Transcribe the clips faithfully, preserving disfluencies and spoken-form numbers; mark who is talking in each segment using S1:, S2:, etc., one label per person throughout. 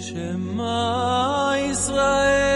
S1: Shema Israel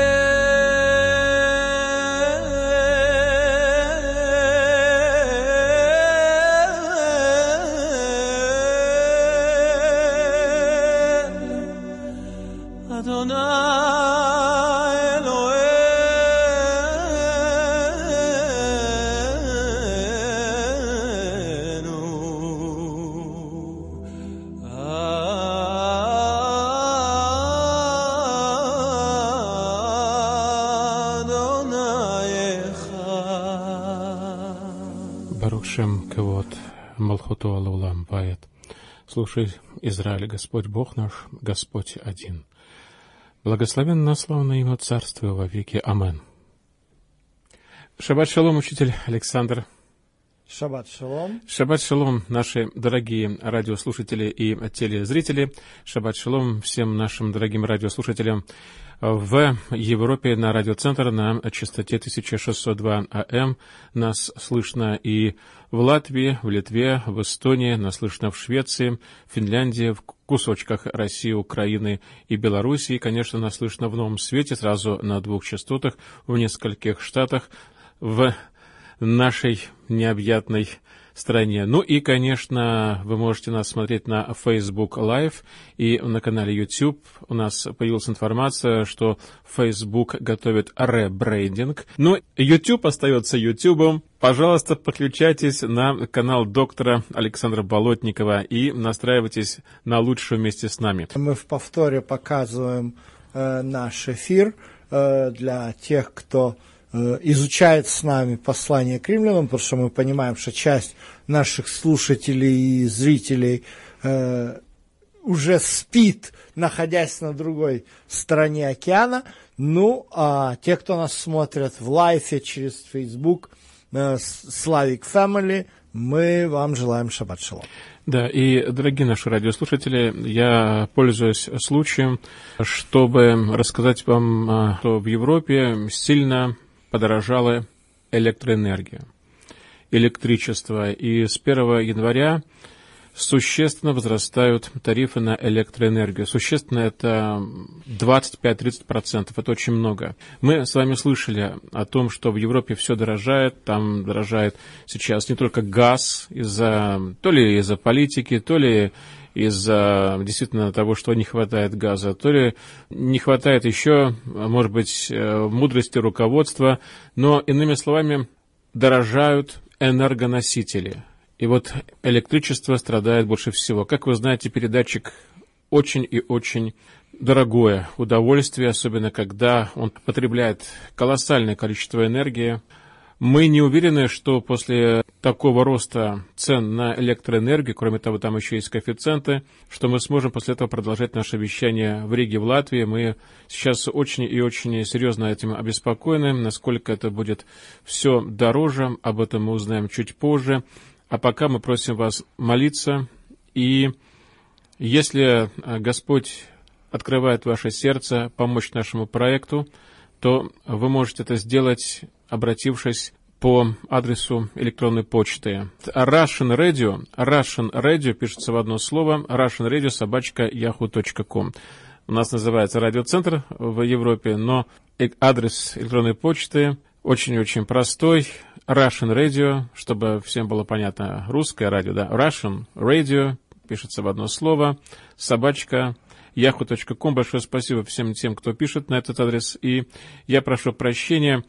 S2: Малхуту Аллам Ваят. Слушай, Израиль, Господь Бог наш, Господь один. Благословен на славное имя Царства во веки. Амен. Шаббат шалом, учитель Александр.
S3: Шаббат шалом.
S2: Шаббат шалом, наши дорогие радиослушатели и телезрители. Шаббат шалом всем нашим дорогим радиослушателям в Европе на радиоцентр на частоте тысяча шестьсот два АМ. Нас слышно и в Латвии, в Литве, в Эстонии, нас слышно в Швеции, в Финляндии, в кусочках России, Украины и Белоруссии. И, конечно, нас слышно в Новом Свете сразу на двух частотах в нескольких штатах в нашей необъятной стране. Ну и, конечно, вы можете нас смотреть на Facebook Live и на канале YouTube. У нас появилась информация, что Facebook готовит ребрендинг. Но YouTube остается YouTube. Пожалуйста, подключайтесь на канал доктора Александра Болотникова и настраивайтесь на лучшее вместе с нами.
S3: Мы в повторе показываем э, наш эфир э, для тех, кто изучает с нами послание к римлянам, потому что мы понимаем, что часть наших слушателей и зрителей э, уже спит, находясь на другой стороне океана. Ну, а те, кто нас смотрят в лайфе через Facebook, э, Slavic Family, мы вам желаем шаббат шалом.
S2: Да, и, дорогие наши радиослушатели, я пользуюсь случаем, чтобы рассказать вам, что в Европе сильно подорожала электроэнергия, электричество, и с первого января существенно возрастают тарифы на электроэнергию. Существенно это двадцать пять - тридцать процентов, это очень много. Мы с вами слышали о том, что в Европе все дорожает, там дорожает сейчас не только газ, из-за, то ли из-за политики, то ли из-за действительно того, что не хватает газа, то ли не хватает еще, может быть, мудрости руководства, но, иными словами, дорожают энергоносители. И вот электричество страдает больше всего. Как вы знаете, передатчик очень и очень дорогое удовольствие, особенно когда он потребляет колоссальное количество энергии. Мы не уверены, что после такого роста цен на электроэнергию, кроме того, там еще есть коэффициенты, что мы сможем после этого продолжать наше вещание в Риге, в Латвии. Мы сейчас очень и очень серьезно этим обеспокоены, насколько это будет все дороже, об этом мы узнаем чуть позже. А пока мы просим вас молиться, и если Господь открывает ваше сердце помочь нашему проекту, то вы можете это сделать, обратившись по адресу электронной почты. Russian Radio, Russian Radio пишется в одно слово, russian radio собака яху точка ком. У нас называется радиоцентр в Европе, но адрес электронной почты очень-очень простой. Russian Radio, чтобы всем было понятно, русское радио, да, Russian Radio пишется в одно слово, собачка яху точка ком. Большое спасибо всем тем, кто пишет на этот адрес. И я прошу прощения,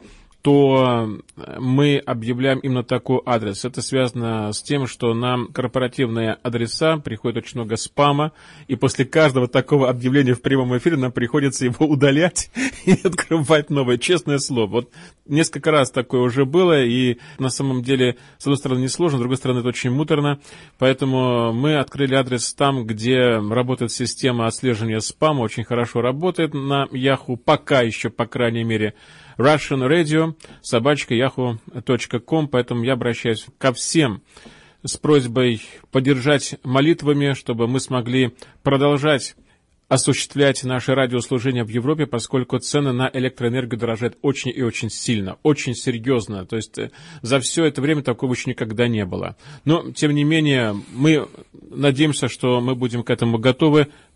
S2: то мы объявляем именно такой адрес. Это связано с тем, что нам корпоративные адреса приходит очень много спама, и после каждого такого объявления в прямом эфире нам приходится его удалять и открывать новое. Честное слово. Вот несколько раз такое уже было, и на самом деле, с одной стороны, несложно, с другой стороны, это очень муторно. Поэтому мы открыли адрес там, где работает система отслеживания спама, очень хорошо работает на Yahoo, пока еще, по крайней мере, Russian Radio, собачка яху точка ком, поэтому я обращаюсь ко всем с просьбой поддержать молитвами, чтобы мы смогли продолжать осуществлять наше радиослужение в Европе, поскольку цены на электроэнергию дорожают очень и очень сильно, очень серьезно. То есть за все это время такого еще никогда не было. Но, тем не менее, мы надеемся, что мы будем к этому готовы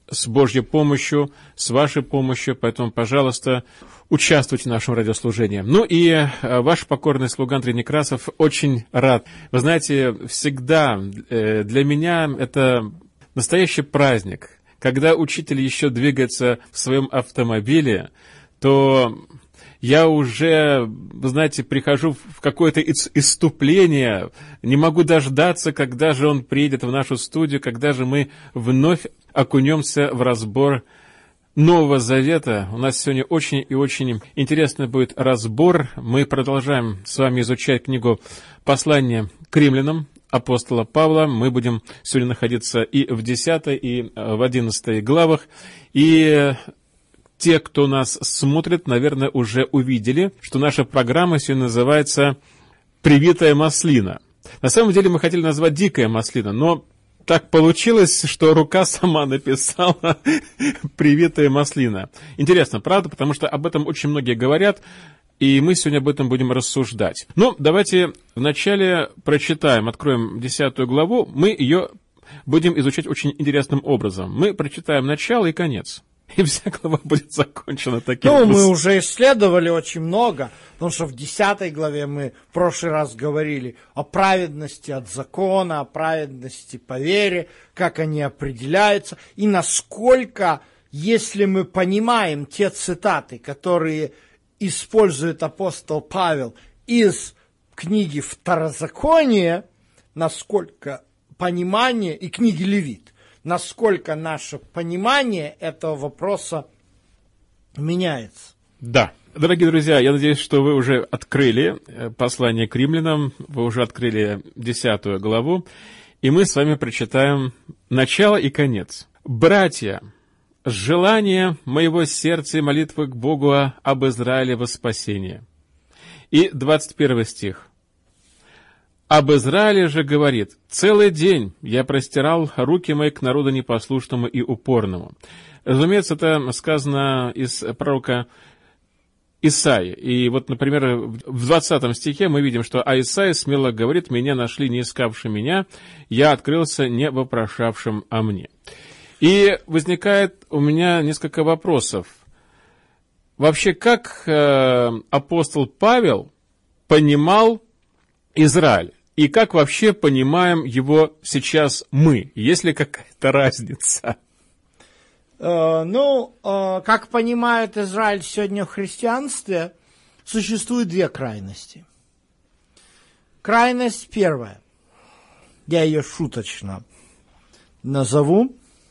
S2: с Божьей помощью, с вашей помощью, поэтому, пожалуйста, участвуйте в нашем радиослужении. Ну и э, ваш покорный слуга Андрей Некрасов очень рад. Вы знаете, всегда э, для меня это настоящий праздник. Когда учитель еще двигается в своем автомобиле, то я уже, вы знаете, прихожу в какое-то исступление, не могу дождаться, когда же он приедет в нашу студию, когда же мы вновь окунемся в разбор Нового Завета. У нас сегодня очень и очень интересный будет разбор. Мы продолжаем с вами изучать книгу «Послание к римлянам» апостола Павла. Мы будем сегодня находиться и в десятой, и в одиннадцатой главах. И те, кто нас смотрит, наверное, уже увидели, что наша программа сегодня называется «Привитая маслина». На самом деле мы хотели назвать «Дикая маслина», но так получилось, что рука сама написала «Привитая маслина». Интересно, правда? Потому что об этом очень многие говорят, и мы сегодня об этом будем рассуждать. Ну, давайте вначале прочитаем, откроем десятую главу. Мы ее будем изучать очень интересным образом. Мы прочитаем начало и конец. И вся глава будет закончена таким
S3: Ну,
S2: образом.
S3: мы уже исследовали очень много, потому что в десятой главе мы в прошлый раз говорили о праведности от закона, о праведности по вере, как они определяются, и насколько, если мы понимаем те цитаты, которые использует апостол Павел из книги Второзакония, насколько понимание, и книги Левит, насколько наше понимание этого вопроса меняется.
S2: Да. Дорогие друзья, я надеюсь, что вы уже открыли послание к римлянам, вы уже открыли десятую главу, и мы с вами прочитаем начало и конец. «Братья, желание моего сердца и молитвы к Богу об Израиле во спасение». И двадцать первый стих. «Об Израиле же говорит: целый день я простирал руки мои к народу непослушному и упорному». Разумеется, это сказано из пророка Исаии. И вот, например, в двадцатом стихе мы видим, что «А Исаия смело говорит: меня нашли, не искавши меня, я открылся, не вопрошавшим о мне». И возникает у меня несколько вопросов. Вообще, как э, апостол Павел понимал Израиль? И как вообще понимаем его сейчас мы? Есть ли какая-то разница?
S3: Э, ну, э, как понимает Израиль сегодня в христианстве, существует две крайности. Крайность первая. Я ее шуточно назову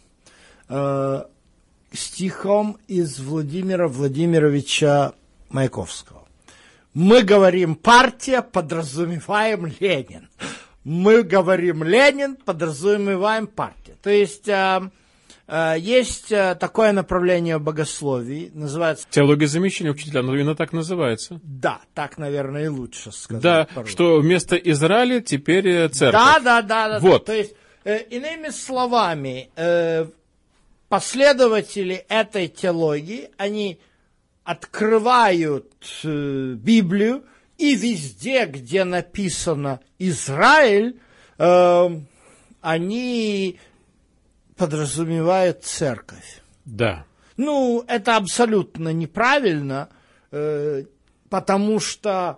S3: э, стихом из Владимира Владимировича Маяковского. Мы говорим партия, подразумеваем Ленин. Мы говорим Ленин, подразумеваем партия. То есть э, э, есть э, такое направление в богословии, называется...
S2: Теология замещения учителя, но именно так называется.
S3: Да, так, наверное, и лучше сказать.
S2: Да,
S3: порой.
S2: что вместо Израиля теперь церковь.
S3: Да, да, да. да
S2: вот.
S3: То есть, э, иными словами, э, последователи этой теологии, они открывают э, Библию, и везде, где написано «Израиль», э, они подразумевают церковь.
S2: Да.
S3: Ну, это абсолютно неправильно, э, потому что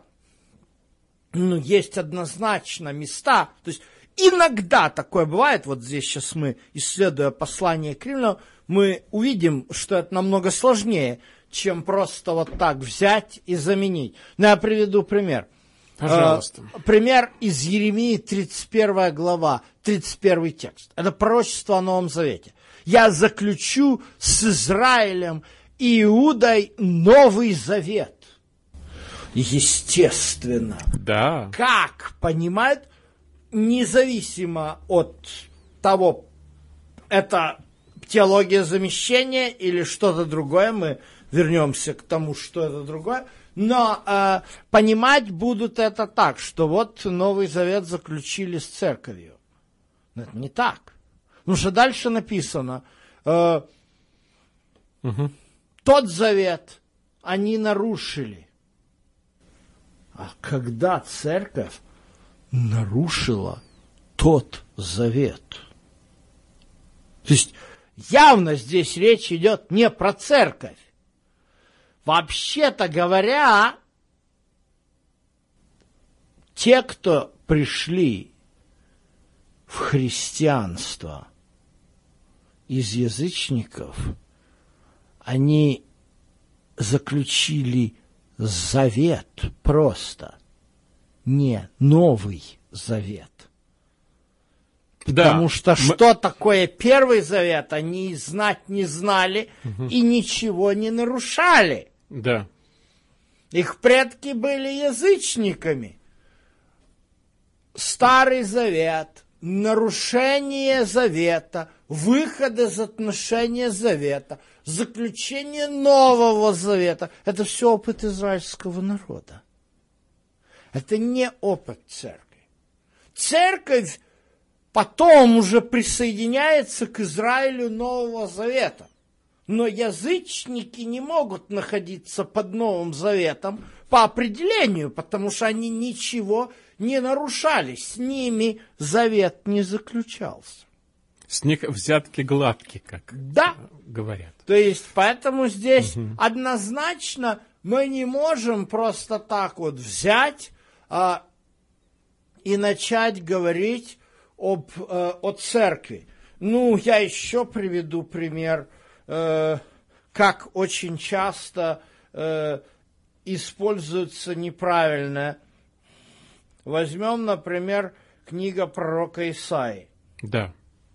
S3: ну, есть однозначно места, то есть иногда такое бывает, вот здесь сейчас мы, исследуя послание к римлянам, мы увидим, что это намного сложнее, чем просто вот так взять и заменить. Ну, я приведу пример.
S2: Пожалуйста.
S3: Э, пример из Иеремии, тридцать первая глава, тридцать первый текст. Это пророчество о Новом Завете. «Я заключу с Израилем и Иудой Новый Завет». Естественно.
S2: Да.
S3: Как понимают, независимо от того, это теология замещения или что-то другое, мы вернемся к тому, что это другое, но э, понимать будут это так, что вот Новый Завет заключили с церковью. Но это не так. Потому что дальше написано, э,
S2: угу.
S3: тот завет они нарушили. А когда церковь нарушила тот завет? То есть, явно здесь речь идет не про церковь. Вообще-то говоря, те, кто пришли в христианство из язычников, они заключили завет просто, не Новый Завет.
S2: Да.
S3: Потому что мы... что такое Первый Завет, они знать не знали угу. и ничего не нарушали.
S2: Да.
S3: Их предки были язычниками. Старый Завет, нарушение Завета, выход из отношения Завета, заключение Нового Завета – это все опыт израильского народа. Это не опыт церкви. Церковь потом уже присоединяется к Израилю Нового Завета. Но язычники не могут находиться под Новым Заветом по определению, потому что они ничего не нарушали, с ними завет не заключался.
S2: С них взятки гладкие, как
S3: да.
S2: говорят.
S3: То есть, поэтому здесь
S2: угу.
S3: однозначно мы не можем просто так вот взять а, и начать говорить об, а, о церкви. Ну, я еще приведу пример, а, как очень часто а, используется неправильно. Возьмем, например, книга пророка Исаии.
S2: Да.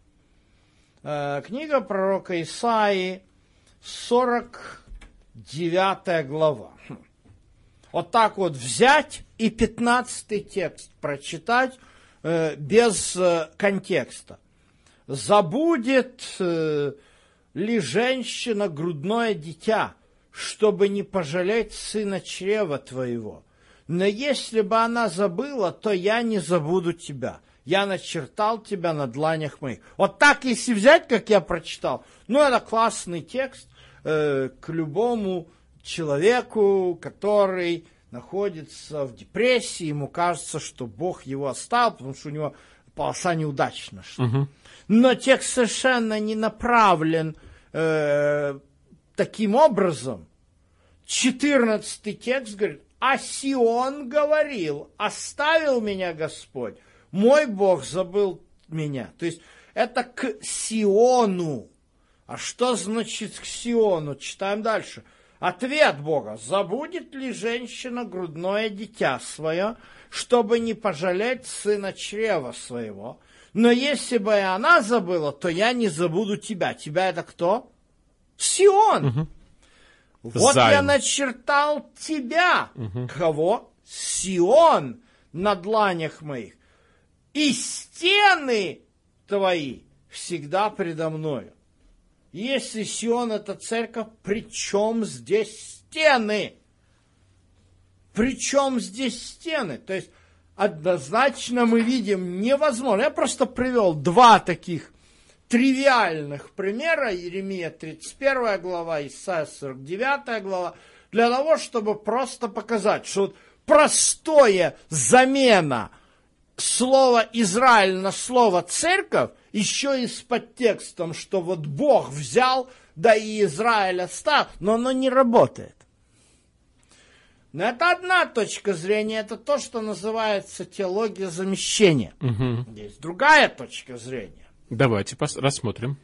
S3: Книга пророка Исаии, сорок девятая глава. Вот так вот взять и пятнадцатый текст прочитать э, без э, контекста. «Забудет э, ли женщина грудное дитя, чтобы не пожалеть сына чрева твоего? Но если бы она забыла, то я не забуду тебя. Я начертал тебя на дланях моих». Вот так, если взять, как я прочитал, ну, это классный текст э, к любому человеку, который находится в депрессии, ему кажется, что Бог его оставил, потому что у него полоса неудачно. Угу. Но текст совершенно не направлен э, таким образом. четырнадцатый текст говорит: «А Сион говорил, оставил меня Господь, мой Бог забыл меня». То есть это к Сиону. А что значит к Сиону? Читаем дальше. Ответ Бога: «Забудет ли женщина грудное дитя свое, чтобы не пожалеть сына чрева своего? Но если бы и она забыла, то я не забуду тебя». Тебя это кто? Сион. Угу. Вот Займ. Я начертал тебя. Угу. Кого? Сион на дланях моих. И стены твои всегда предо мною. Если Сион — это церковь, при чем здесь стены? При чем здесь стены? То есть однозначно мы видим невозможно. Я просто привел два таких тривиальных примера. Иеремия тридцать первая глава, Исайя сорок девятая глава, для того, чтобы просто показать, что вот простое замена слова «Израиль» на слово «церковь» еще и с подтекстом, что вот Бог взял, да и Израиль оставил, но оно не работает. Но это одна точка зрения, это то, что называется теология замещения. Угу. Есть другая точка зрения.
S2: Давайте пос- рассмотрим.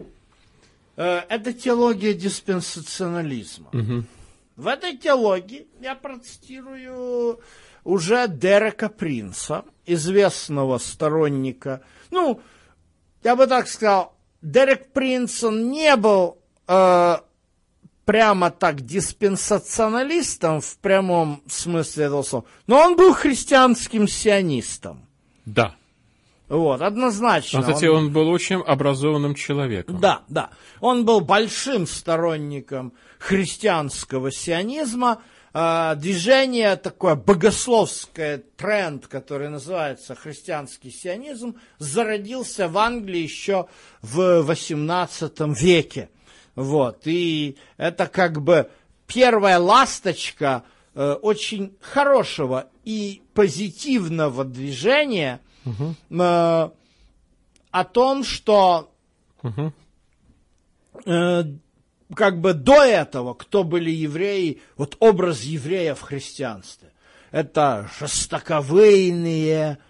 S3: Это теология диспенсационализма. Угу. В этой теологии я процитирую уже Дерека Принца, известного сторонника. Ну, я бы так сказал, Дерек Принц, он не был э, прямо так диспенсационалистом в прямом смысле этого слова, но он был христианским сионистом.
S2: Да.
S3: Вот, однозначно.
S2: Но, кстати, он... он был очень образованным человеком.
S3: Да, да. Он был большим сторонником христианского сионизма. Движение такое богословское, тренд, который называется христианский сионизм, зародился в Англии еще в восемнадцатом веке. Вот. И это как бы первая ласточка э, очень хорошего и позитивного движения угу. э, о том, что угу. э, как бы до этого, кто были евреи, вот образ еврея в христианстве. Это жестоковыйные,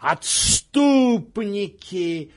S3: отступники,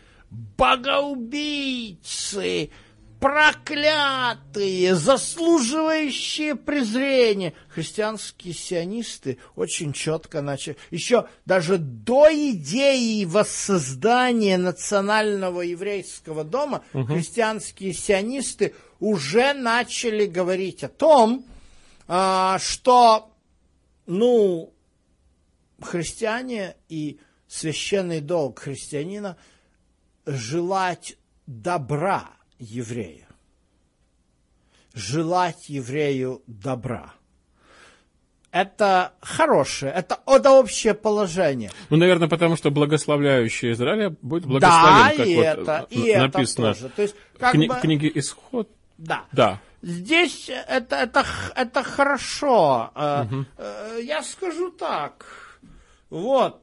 S3: богоубийцы, проклятые, заслуживающие презрения. Христианские сионисты очень четко начали, еще даже до идеи воссоздания национального еврейского дома, угу. христианские сионисты уже начали говорить о том, что, ну, христиане и священный долг христианина желать добра еврея. Желать еврею добра. Это хорошее, это, это общее положение.
S2: Ну, наверное, потому что благословляющий Израиля будет благословен,
S3: да,
S2: как
S3: и
S2: вот
S3: это, и
S2: написано
S3: это тоже. То есть, как
S2: в кни-
S3: бы...
S2: книге «Исход».
S3: Да.
S2: Да.
S3: Здесь это, это, это хорошо.
S2: Угу.
S3: Я скажу так. Вот,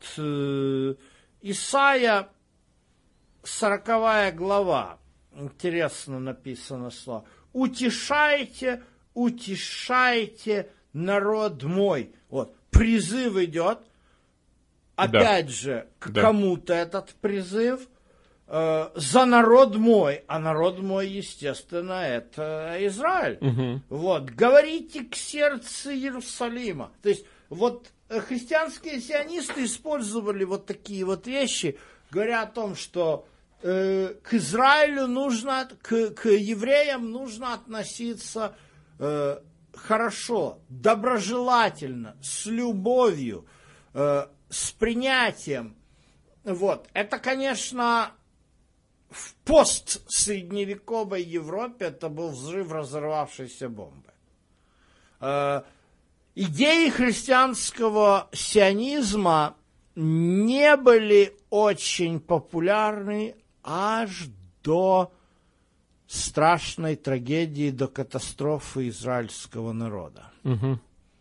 S3: Исайя, сороковая глава. Интересно написано слово. «Утешайте, утешайте народ мой». Вот, призыв идет. Опять да. же, к да. кому-то этот призыв. Э, за народ мой. А народ мой, естественно, это Израиль. Угу. Вот, говорите к сердцу Иерусалима. То есть, вот христианские сионисты использовали вот такие вот вещи, говоря о том, что к Израилю нужно, к, к евреям нужно относиться э, хорошо, доброжелательно, с любовью, э, с принятием. Вот. Это, конечно, в постсредневековой Европе это был взрыв разорвавшейся бомбы. Э, идеи христианского сионизма не были очень популярны аж до страшной трагедии, до катастрофы израильского народа. Угу.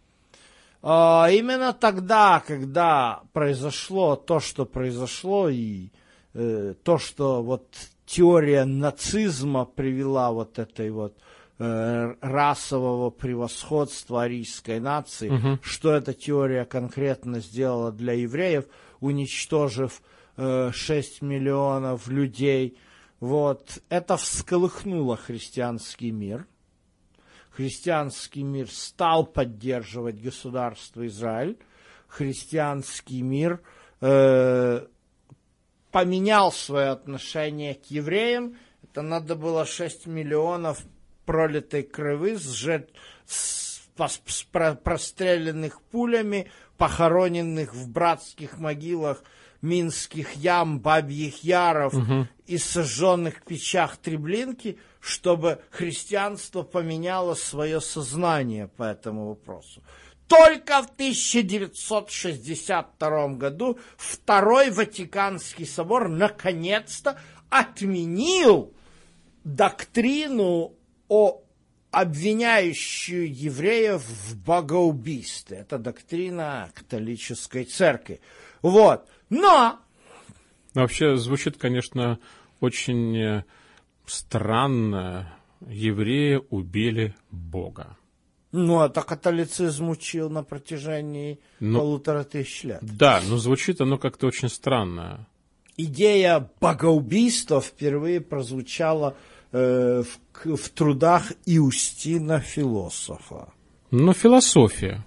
S3: А, именно тогда, когда произошло то, что произошло, и э, то, что вот теория нацизма привела вот этой вот э, расового превосходства арийской нации, угу. что эта теория конкретно сделала для евреев, уничтожив шесть миллионов людей. Вот. Это всколыхнуло христианский мир. Христианский мир стал поддерживать государство Израиль. Христианский мир э, поменял свое отношение к евреям. Это надо было шесть миллионов пролитой крови, сжать, с, с, с, простреленных пулями, похороненных в братских могилах Минских ям, Бабьих Яров угу. и сожженных в печах Треблинки, чтобы христианство поменяло свое сознание по этому вопросу. Только в тысяча девятьсот шестьдесят втором году Второй Ватиканский собор наконец-то отменил доктрину, о обвиняющую евреев в богоубийстве. Это доктрина католической церкви. Вот. Но...
S2: Вообще звучит, конечно, очень странно. Евреи убили Бога.
S3: Ну, это католицизм учил на протяжении ну, полутора тысяч лет.
S2: Да, но звучит оно как-то очень странно.
S3: Идея богоубийства впервые прозвучала э, в, в трудах Иустина философа.
S2: Ну, философия.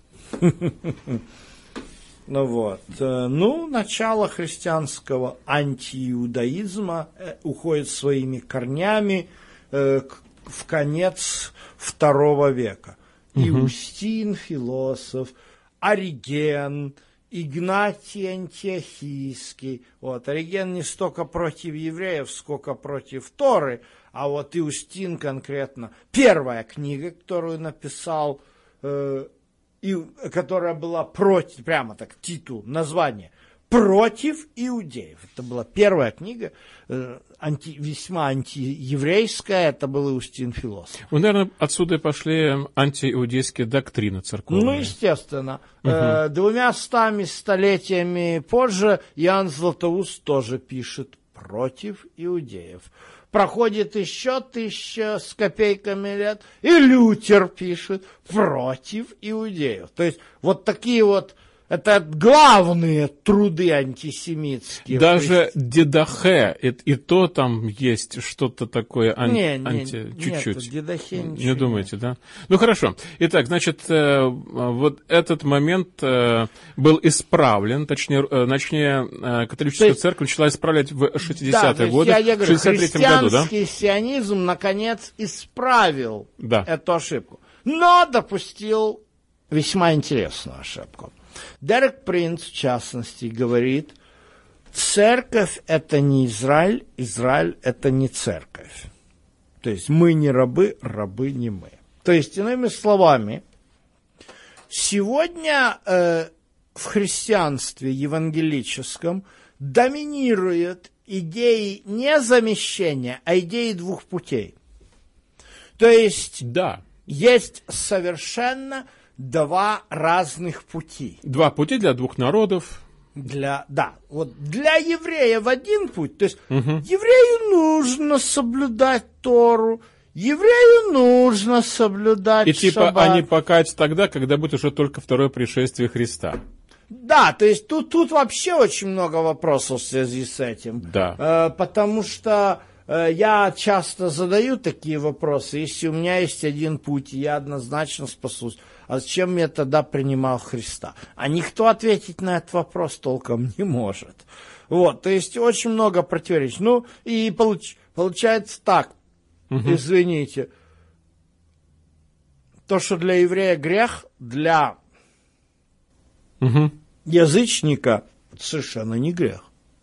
S3: Ну вот, ну, начало христианского антииудаизма уходит своими корнями э, в конец второго века. Угу. Иустин, философ, Ориген, Игнатий Антиохийский. Вот, Ориген не столько против евреев, сколько против Торы, а вот Иустин конкретно. Первая книга, которую написал э, И, которая была против, прямо так, титул, название, «Против иудеев». Это была первая книга, э, анти, весьма антиеврейская, это был Иустин философ.
S2: Ну, наверное, отсюда и пошли антииудейские доктрины церковные.
S3: Ну, естественно. Угу. Э, двумя стами столетиями позже Иоанн Златоуст тоже пишет против иудеев. Проходит еще тысяча с копейками лет, и Лютер пишет против иудеев. То есть вот такие вот, это главные труды антисемитские.
S2: Даже Дидахе, и, и то там есть что-то такое ан,
S3: не, не,
S2: анти, чуть-чуть.
S3: Нет, Дидахе ничего.
S2: Не думаете, да? Ну хорошо. Итак, значит, э, вот этот момент э, был исправлен, точнее, э, точнее э, католическая есть, церковь начала исправлять в шестидесятые
S3: да,
S2: годы,
S3: я, я говорю,
S2: в шестьдесят третьем году, да?
S3: Христианский сионизм наконец исправил
S2: да.
S3: эту ошибку, но допустил весьма интересную ошибку. Дерек Принц, в частности, говорит, церковь – это не Израиль, Израиль – это не церковь. То есть мы не рабы, рабы не мы. То есть, иными словами, сегодня э, в христианстве евангелическом доминируют идеи не замещения, а идеи двух путей. То есть,
S2: да.
S3: есть совершенно два разных пути.
S2: Два пути для двух народов.
S3: Для, да, вот для евреев один путь. То есть
S2: угу.
S3: еврею нужно соблюдать Тору, еврею нужно соблюдать
S2: И типа
S3: шаббат.
S2: они покаются тогда, когда будет уже только второе пришествие Христа.
S3: Да, то есть тут, тут вообще очень много вопросов в связи с этим.
S2: Да.
S3: Э, потому что э, я часто задаю такие вопросы. Если у меня есть один путь, я однозначно спасусь. А зачем я тогда принимал Христа? А никто ответить на этот вопрос толком не может. Вот, то есть очень много противоречий. Ну, и получ, получается так, угу. извините, то, что для еврея грех, для угу. язычника совершенно не грех.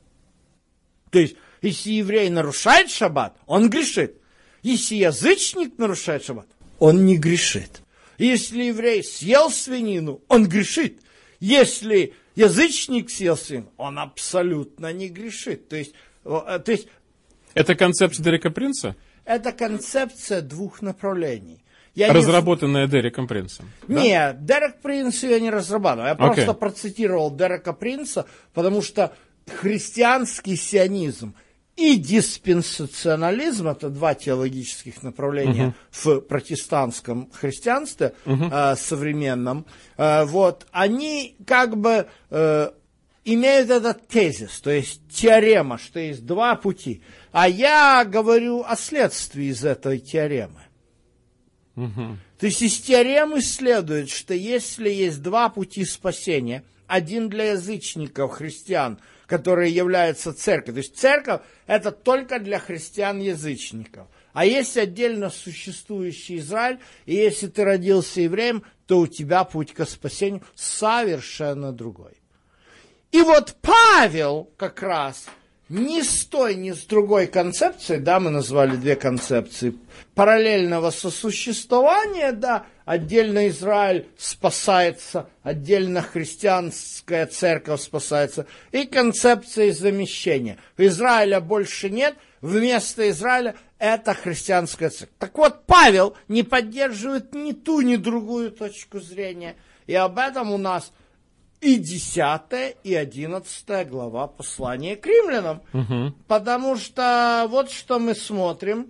S3: То есть, если еврей нарушает шаббат, он грешит. Если язычник нарушает шаббат, он не грешит. Если еврей съел свинину, он грешит. Если язычник съел свинину, он абсолютно не грешит. То есть, то есть,
S2: это концепция Дерека Принца?
S3: Это концепция двух направлений. Я
S2: Разработанная не... Дереком Принцем?
S3: Нет, да? Дерек Принц ее не разрабатывал. Я
S2: okay.
S3: просто процитировал Дерека Принца, потому что христианский сионизм и диспенсационализм, это два теологических направления uh-huh. в протестантском христианстве uh-huh. э, современном, э, вот, они как бы э, имеют этот тезис, то есть теорема, что есть два пути. А я говорю о следствии из этой теоремы. Uh-huh. То есть из теоремы следует, что если есть два пути спасения, один для язычников, христиан, которые являются церковью. То есть церковь – это только для христиан-язычников. А есть отдельно существующий Израиль, и если ты родился евреем, то у тебя путь к спасению совершенно другой. И вот Павел как раз ни с той, ни с другой концепцией, да, мы назвали две концепции, параллельного сосуществования, да, отдельно Израиль спасается, отдельно христианская церковь спасается, и концепция замещения. Израиля больше нет, вместо Израиля это христианская церковь. Так вот, Павел не поддерживает ни ту, ни другую точку зрения, и об этом у нас и десятая, и одиннадцатая глава послания к римлянам. Угу. Потому что вот что мы смотрим,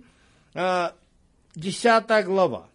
S3: десятая глава.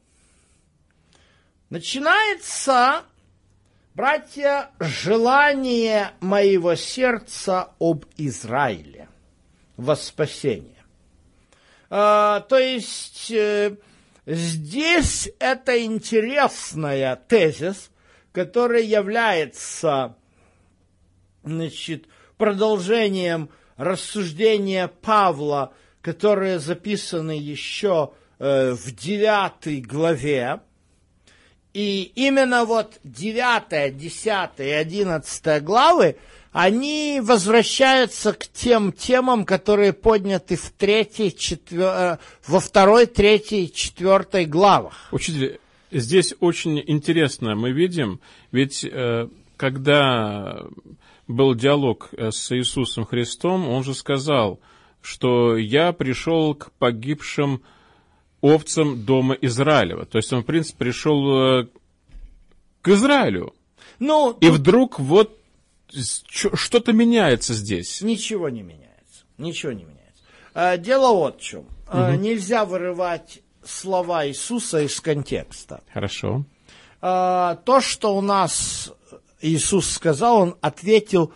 S3: Начинается, братья, желание моего сердца об Израиле во спасение. А, то есть э, здесь это интересная тезис, который является, значит, продолжением рассуждения Павла, которые записаны еще э, в девятой главе. И именно вот девятая, десятая и одиннадцатая главы, они возвращаются к тем темам, которые подняты в третьей, четвер... во второй, третьей, четвертой главах.
S2: Учитель, здесь очень интересно мы видим, ведь э, когда был диалог с Иисусом Христом, он же сказал, что я пришел к погибшим овцам дома Израилева. То есть он, в принципе, пришел к Израилю.
S3: Ну,
S2: и тут... вдруг вот что-то меняется здесь.
S3: Ничего не меняется. Ничего не меняется. А, дело вот в чем. Угу. А, нельзя вырывать слова Иисуса из контекста.
S2: Хорошо.
S3: А, то, что у нас Иисус сказал, он ответил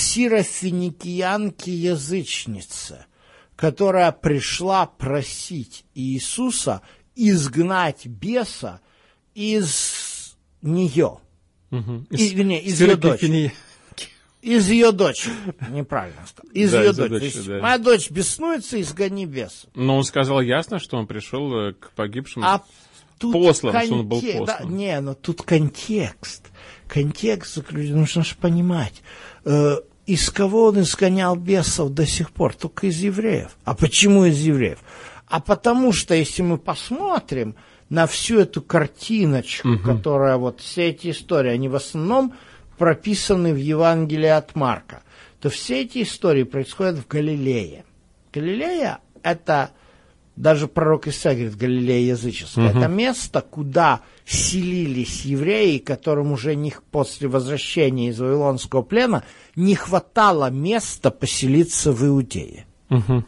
S3: сирофиникиянке-язычнице, которая пришла просить Иисуса изгнать беса из нее.
S2: Угу.
S3: Из, не, из ее дочери. Из ее дочери, неправильно сказал. Из да, ее дочери. дочери да. Моя дочь беснуется, изгони беса.
S2: Но он сказал ясно, что он пришел к погибшим
S3: а тут
S2: послан,
S3: конте...
S2: что он был послан.
S3: Да, не, но тут контекст. Контекст заключен, нужно же понимать. Э, из кого он изгонял бесов до сих пор? Только из евреев. А почему из евреев? А потому что, если мы посмотрим на всю эту картиночку, угу. которая вот все эти истории, они в основном прописаны в Евангелии от Марка, то все эти истории происходят в Галилее. Галилея – это, даже пророк Исаия говорит, Галилея языческая, угу. это место, куда селились евреи, которым уже не, после возвращения из Вавилонского плена не хватало места поселиться в Иудее.
S2: Угу.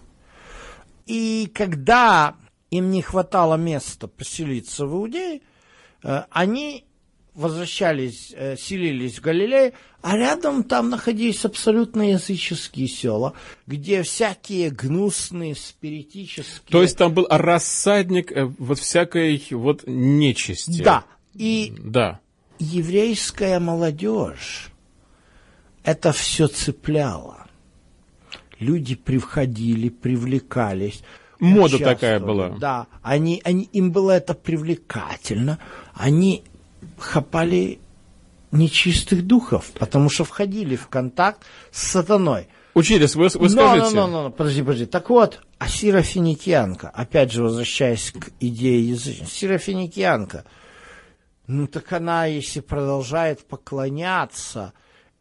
S3: И когда им не хватало места поселиться в Иудее, они возвращались, селились в Галилее, а рядом там находились абсолютно языческие села, где всякие гнусные, спиритические...
S2: То есть там был рассадник вот всякой вот нечисти.
S3: Да. И
S2: да.
S3: еврейская молодежь это все цепляла. Люди приходили, привлекались.
S2: Мода такая была.
S3: Да, они, они, им было это привлекательно. Они хапали нечистых духов, потому что входили в контакт с сатаной.
S2: Учились, вы, вы скажите.
S3: Но, но, но, подожди, подожди. Так вот, а сирофиникиянка, опять же, возвращаясь к идее язычества, сирофиникиянка, ну так она, если продолжает поклоняться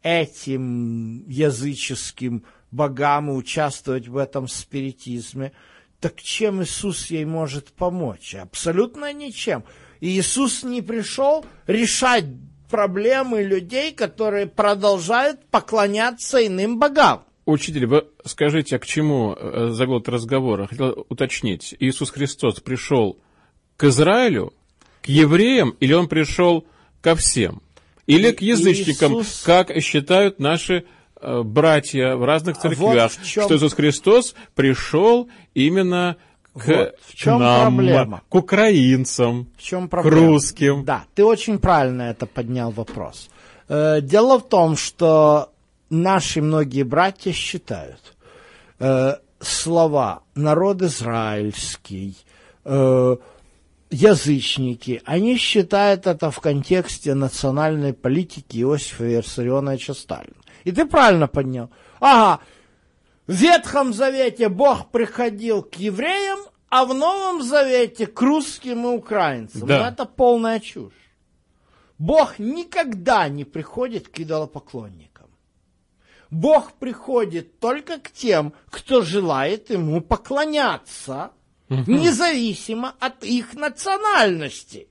S3: этим языческим богам и участвовать в этом спиритизме, так чем Иисус ей может помочь? Абсолютно ничем. И Иисус не пришел решать проблемы людей, которые продолжают поклоняться иным богам.
S2: Учитель, вы скажите, а к чему завел этот разговор? Я хотел уточнить. Иисус Христос пришел к Израилю, к евреям, или он пришел ко всем? Или к язычникам, Иисус... как считают наши э, братья в разных церквях, вот в чем... что Иисус Христос пришел именно к, вот в чем к нам, проблема? К украинцам,
S3: в чем
S2: к русским.
S3: Да, ты очень правильно это поднял вопрос. Э, дело в том, что наши многие братья считают э, слова «народ израильский», э, язычники, они считают это в контексте национальной политики Иосифа Виссарионовича Сталина. И ты правильно поднял. Ага, в Ветхом Завете Бог приходил к евреям, а в Новом Завете к русским и украинцам.
S2: Да.
S3: Но это полная чушь. Бог никогда не приходит к идолопоклонникам. Бог приходит только к тем, кто желает ему поклоняться, угу. независимо от их национальности.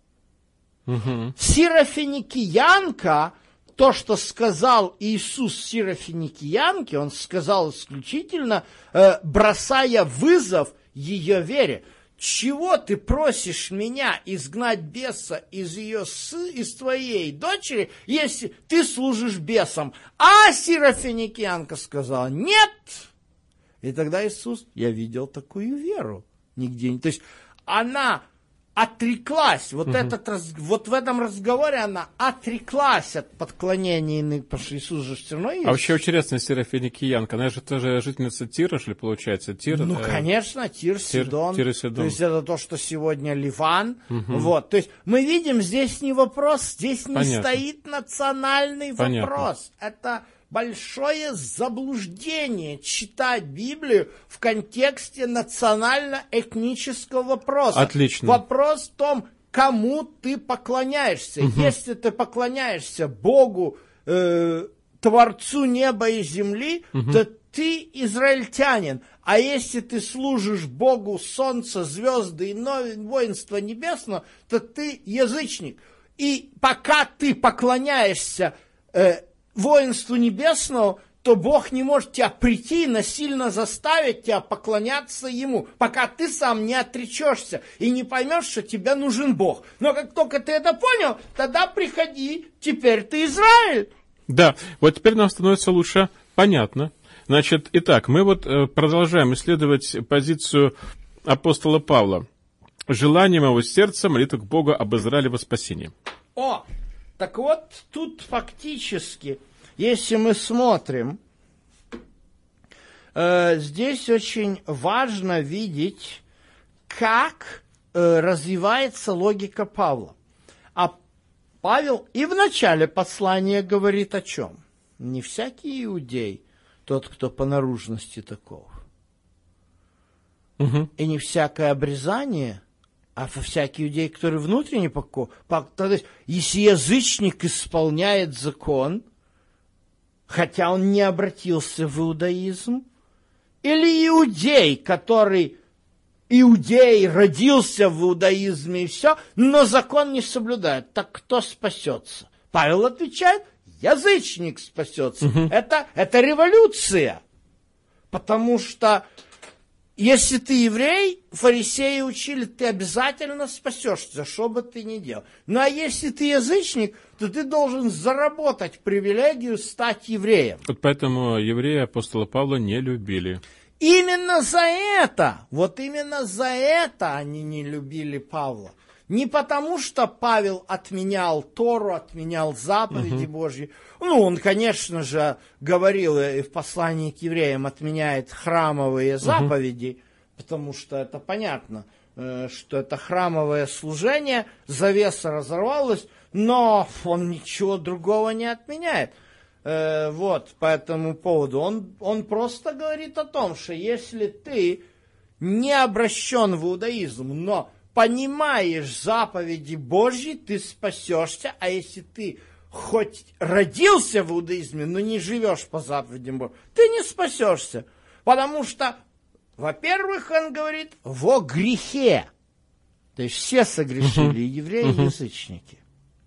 S2: Угу.
S3: Сирофиникиянка, то, что сказал Иисус сирофиникиянке, он сказал исключительно, э, бросая вызов ее вере. Чего ты просишь меня изгнать беса из ее из твоей дочери, если ты служишь бесам? А сирофиникиянка сказала: нет. И тогда Иисус, я видел такую веру. Нигде не. То есть она отреклась, вот, угу. этот, вот в этом разговоре она отреклась от подклонения иных, потому что Иисус же все равно есть.
S2: А вообще интересная сирофиникиянка, она же тоже жительница Тира, что ли, получается? Тир,
S3: ну,
S2: э...
S3: конечно, Тир, Сидон.
S2: Тир, Тир и Сидон.
S3: То есть это то, что сегодня Ливан.
S2: Угу.
S3: Вот. То есть мы видим, здесь не вопрос, здесь не
S2: Понятно.
S3: стоит национальный
S2: Понятно.
S3: вопрос. Это большое заблуждение читать Библию в контексте национально-этнического вопроса.
S2: Отлично.
S3: Вопрос в том, кому ты поклоняешься.
S2: Угу.
S3: Если ты поклоняешься Богу, э, Творцу неба и земли, угу. то ты израильтянин. А если ты служишь Богу солнца, звезды и воинства небесного, то ты язычник. И пока ты поклоняешься э, воинству небесному, то Бог не может тебя прийти и насильно заставить тебя поклоняться Ему, пока ты сам не отречешься и не поймешь, что тебе нужен Бог. Но как только ты это понял, тогда приходи, теперь ты Израиль.
S2: Да, вот теперь нам становится лучше понятно. Значит, итак, мы вот продолжаем исследовать позицию апостола Павла. Желание моего сердца, молитва к Богу об Израиле во спасении.
S3: О, так вот, тут фактически, если мы смотрим, э, здесь очень важно видеть, как э, развивается логика Павла. А Павел и в начале послания говорит о чем? Не всякий иудей, тот, кто по наружности таков.
S2: Угу.
S3: И не всякое обрезание, а всякий иудей, который внутренне поков. То есть, если язычник исполняет закон, хотя он не обратился в иудаизм, или иудей, который иудей родился в иудаизме и все, но закон не соблюдает, так кто спасется? Павел отвечает, язычник спасется.
S2: Угу.
S3: Это, это революция. Потому что если ты еврей, фарисеи учили, ты обязательно спасешься, что бы ты ни делал. Ну а если ты язычник, то ты должен заработать привилегию стать евреем.
S2: Вот поэтому евреи апостола Павла не любили.
S3: Именно за это, вот именно за это они не любили Павла. Не потому, что Павел отменял Тору, отменял заповеди uh-huh. Божьи. Ну, он, конечно же, говорил и в послании к евреям, отменяет храмовые заповеди, uh-huh. потому что это понятно, что это храмовое служение, завеса разорвалась, но он ничего другого не отменяет. Вот, по этому поводу. Он, он просто говорит о том, что если ты не обращен в иудаизм, но понимаешь заповеди Божьи, ты спасешься, а если ты хоть родился в иудаизме, но не живешь по заповедям Божьим, ты не спасешься. Потому что, во-первых, он говорит, во грехе. То есть все согрешили, и евреи, и язычники.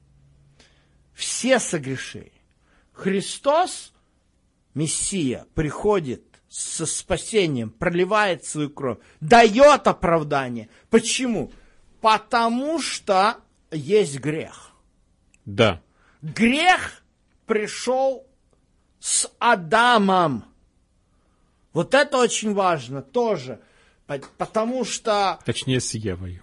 S3: Все согрешили. Христос, Мессия, приходит со спасением, проливает свою кровь, дает оправдание. Почему? Потому что есть грех.
S2: Да.
S3: Грех пришел с Адамом. Вот это очень важно тоже, потому что...
S2: Точнее, с Евой.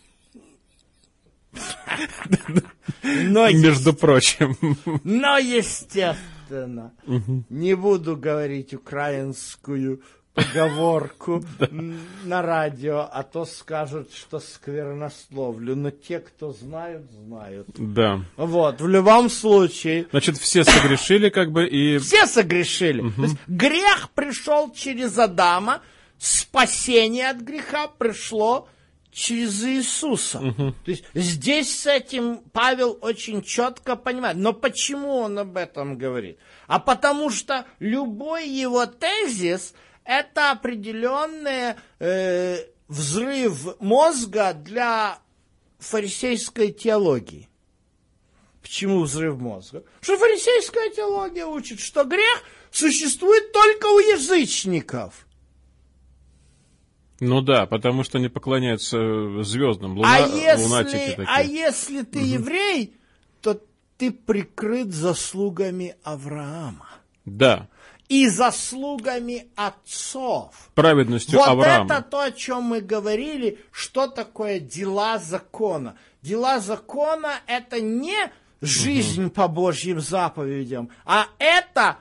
S3: Но,
S2: между прочим.
S3: Но, естественно, угу. не буду говорить украинскую поговорку на радио, а то скажут, что сквернословлю. Но те, кто знают, знают.
S2: Да.
S3: Вот, в любом случае...
S2: Значит, все согрешили как бы и...
S3: Все согрешили. Угу. То есть, грех пришел через Адама, спасение от греха пришло через Иисуса.
S2: Угу.
S3: То есть здесь с этим Павел очень четко понимает. Но почему он об этом говорит? А потому что любой его тезис – это определенный э, взрыв мозга для фарисейской теологии. Почему взрыв мозга? Что фарисейская теология учит, что грех существует только у язычников.
S2: Ну да, потому что они поклоняются звездам, луна,
S3: а если,
S2: лунатики такие.
S3: А если ты угу. еврей, то ты прикрыт заслугами Авраама.
S2: Да.
S3: И заслугами отцов.
S2: Праведностью
S3: вот
S2: Авраама.
S3: Вот это то, о чем мы говорили, что такое дела закона. Дела закона – это не жизнь угу. по Божьим заповедям, а это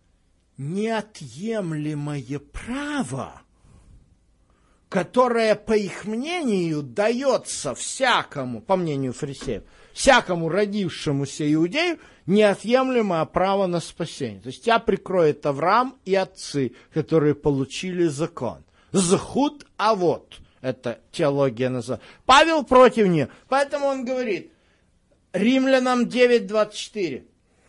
S3: неотъемлемое право, которое, по их мнению, дается всякому, по мнению фарисеев, всякому родившемуся иудею, неотъемлемое право на спасение. То есть тебя прикроет Авраам и отцы, которые получили закон. Зхут авот, это теология называется. Павел против нее. Поэтому он говорит, Римлянам девять двадцать четыре,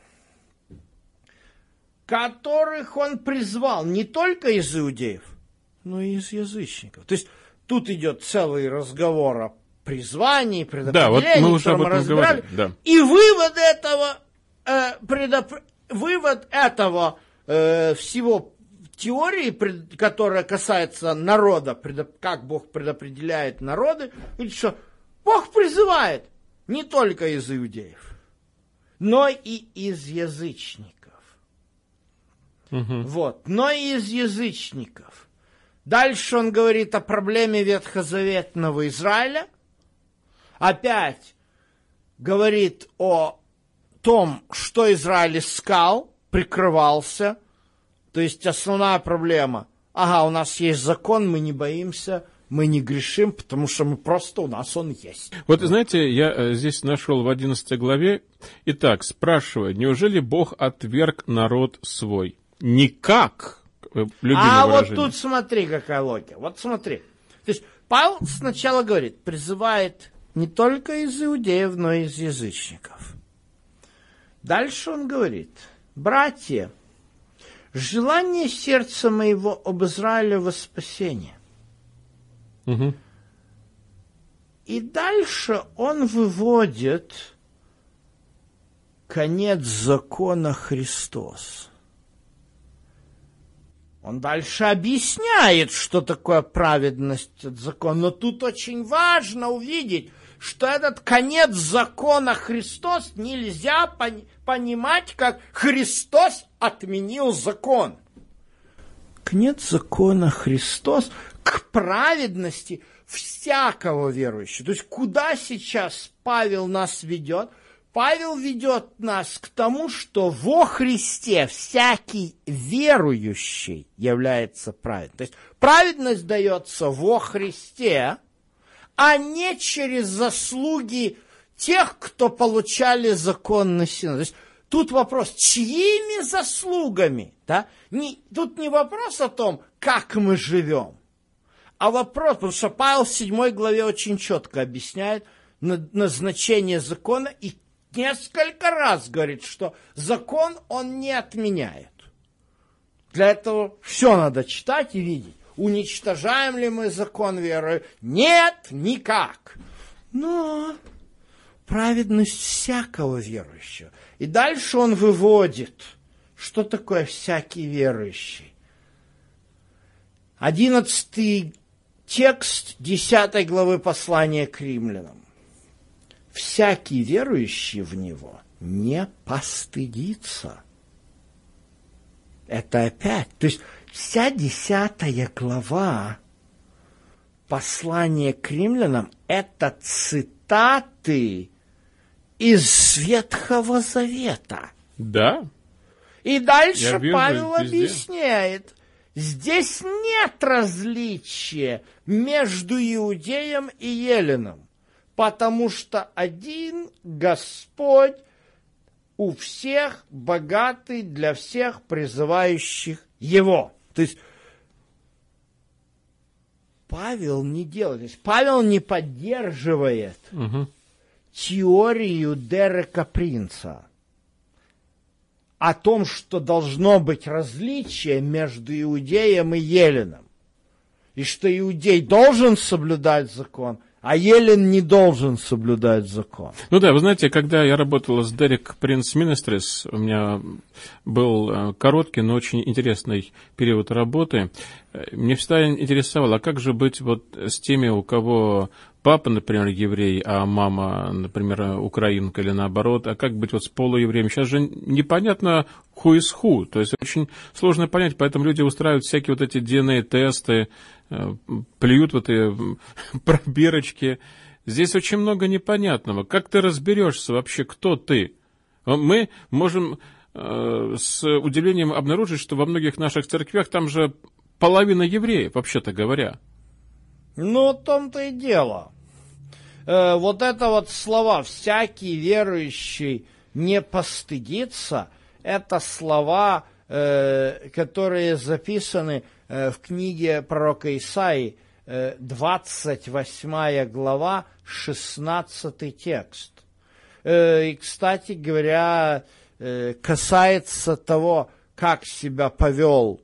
S3: которых он призвал не только из иудеев, но и из язычников. То есть тут идет целый разговор о призвании, предопределении,
S2: да, вот мы уже
S3: об
S2: этом
S3: разбирали.
S2: Да.
S3: И вывод этого, э, предоп... вывод этого э, всего теории, которая касается народа, как Бог предопределяет народы, говорит, что Бог призывает не только из иудеев, но и из язычников.
S2: Угу.
S3: Вот, но и из язычников. Дальше он говорит о проблеме ветхозаветного Израиля. Опять говорит о том, что Израиль искал, прикрывался. То есть основная проблема. Ага, у нас есть закон, мы не боимся, мы не грешим, потому что мы просто, у нас он есть.
S2: Вот, знаете, я здесь нашел в одиннадцатой главе. Итак, спрашиваю, неужели Бог отверг народ свой? Никак. Любимое
S3: а
S2: выражение.
S3: Вот тут смотри, какая логика. Вот смотри. То есть Павел сначала говорит, призывает не только из иудеев, но и из язычников. Дальше он говорит, братья, желание сердца моего об Израиле во спасение.
S2: Угу.
S3: И дальше он выводит конец закона Христос. Он дальше объясняет, что такое праведность от закона. Но тут очень важно увидеть, что этот конец закона Христос нельзя пон- понимать, как Христос отменил закон. Конец закона Христос к праведности всякого верующего. То есть куда сейчас Павел нас ведет? Павел ведет нас к тому, что во Христе всякий верующий является праведным. То есть праведность дается во Христе, а не через заслуги тех, кто получали законный синод. То есть тут вопрос, чьими заслугами? Да? Не, тут не вопрос о том, как мы живем, а вопрос, потому что Павел в седьмой главе очень четко объясняет назначение закона и несколько раз говорит, что закон он не отменяет. Для этого все надо читать и видеть. Уничтожаем ли мы закон веры? Нет, никак. Но праведность всякого верующего. И дальше он выводит, что такое всякий верующий. Одиннадцатый текст десятой главы послания к римлянам. Всякий верующий в него не постыдится. Это опять, то есть вся десятая глава послания к римлянам – это цитаты из Ветхого Завета.
S2: Да.
S3: И дальше
S2: вижу,
S3: Павел
S2: везде.
S3: объясняет, здесь нет различия между иудеем и еленом, потому что один Господь у всех богатый для всех призывающих Его. То есть Павел не делает, то есть Павел не поддерживает
S2: Угу.
S3: теорию Дерека Принца о том, что должно быть различие между иудеем и еленом, и что иудей должен соблюдать закон, а елен не должен соблюдать закон.
S2: Ну да, вы знаете, когда я работал с Derek Prince Ministries, у меня был короткий, но очень интересный период работы. Мне всегда интересовало, а как же быть вот с теми, у кого папа, например, еврей, а мама, например, украинка или наоборот, а как быть вот с полуевреем? Сейчас же непонятно who is who, то есть очень сложно понять, поэтому люди устраивают всякие вот эти ди эн эй-тесты, плюют вот эти пробирочки. Здесь очень много непонятного. Как ты разберешься вообще, кто ты? Мы можем э, с удивлением обнаружить, что во многих наших церквях там же половина евреев, вообще-то говоря.
S3: Ну, в том-то и дело. Э, вот это вот слова «всякий верующий не постыдится» это слова, э, которые записаны э, в книге пророка Исаии, э, двадцать восьмая глава, шестнадцатый текст. Э, и, кстати говоря, э, касается того, как себя повел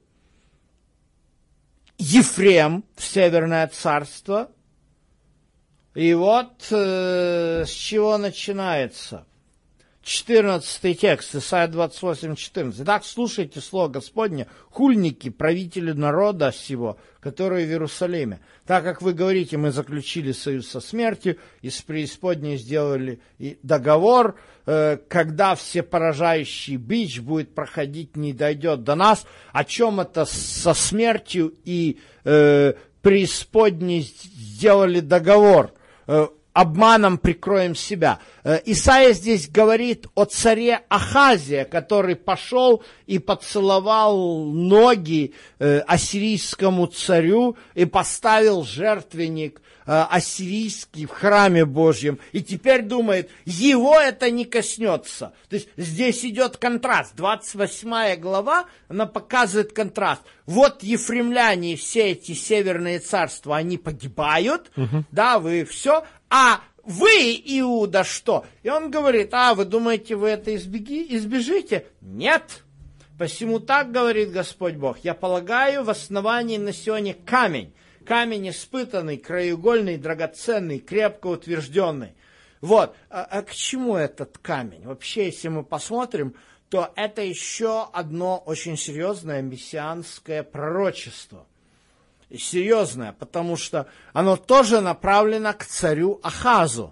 S3: Ефрем в Северное царство. И вот э, с чего начинается. четырнадцатый текст, Исайя двадцать восемь, четырнадцать. «Итак, слушайте слово Господне, хульники, правители народа сего, которые в Иерусалиме. Так как вы говорите, мы заключили союз со смертью, и с преисподней сделали и договор, э, когда всепоражающий бич будет проходить, не дойдет до нас». О чем это со смертью и э, преисподней сделали договор? Э, обманом прикроем себя. Исайя здесь говорит о царе Ахазия, который пошел и поцеловал ноги ассирийскому царю и поставил жертвенник ассирийский в храме Божьем. И теперь думает, его это не коснется. То есть здесь идет контраст. двадцать восьмая глава, она показывает контраст. Вот ефремляне и все эти северные царства, они погибают, угу. да, вы все, а вы, Иуда, что? И он говорит, а, вы думаете, вы это избеги, избежите? Нет. Посему так говорит Господь Бог, я полагаю в основании на Сионе камень, камень испытанный, краеугольный, драгоценный, крепко утвержденный. Вот, а, а к чему этот камень? Вообще, если мы посмотрим, то это еще одно очень серьезное мессианское пророчество. И серьезное, потому что оно тоже направлено к царю Ахазу.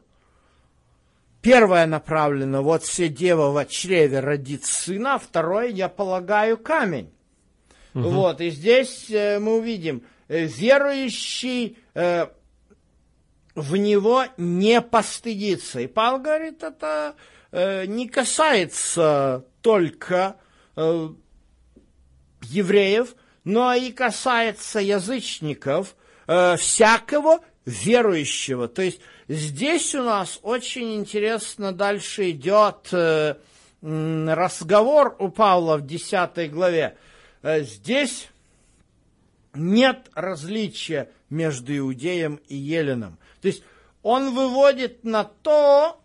S3: Первое направлено, вот все дева во чреве родит сына, второе, я полагаю, камень. Угу. Вот, и здесь э, мы увидим, э, верующий э, в него не постыдится. И Павел говорит, это э, не касается только э, евреев, но и касается язычников, э, всякого верующего. То есть здесь у нас очень интересно дальше идет э, э, разговор у Павла в десятой главе. Э, здесь нет различия между иудеем и еленом. То есть он выводит на то,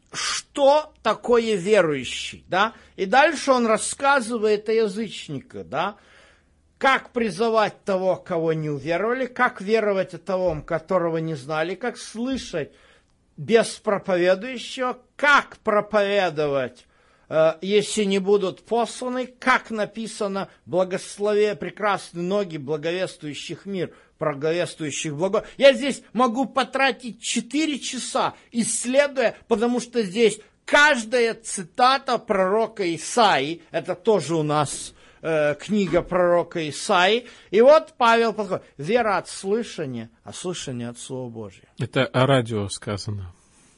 S3: что такое верующий, да, и дальше он рассказывает о язычниках, да, как призывать того, кого не уверовали, как веровать о того, которого не знали, как слышать без проповедующего, как проповедовать, э, если не будут посланы, как написано, благословие прекрасные ноги благовествующих мир, благовествующих благо. Я здесь могу потратить четыре часа, исследуя, потому что здесь каждая цитата пророка Исаии, это тоже у нас книга пророка Исаии. И вот Павел подходит. Вера от слышания, а слышание от Слова Божьего.
S2: Это о радио сказано.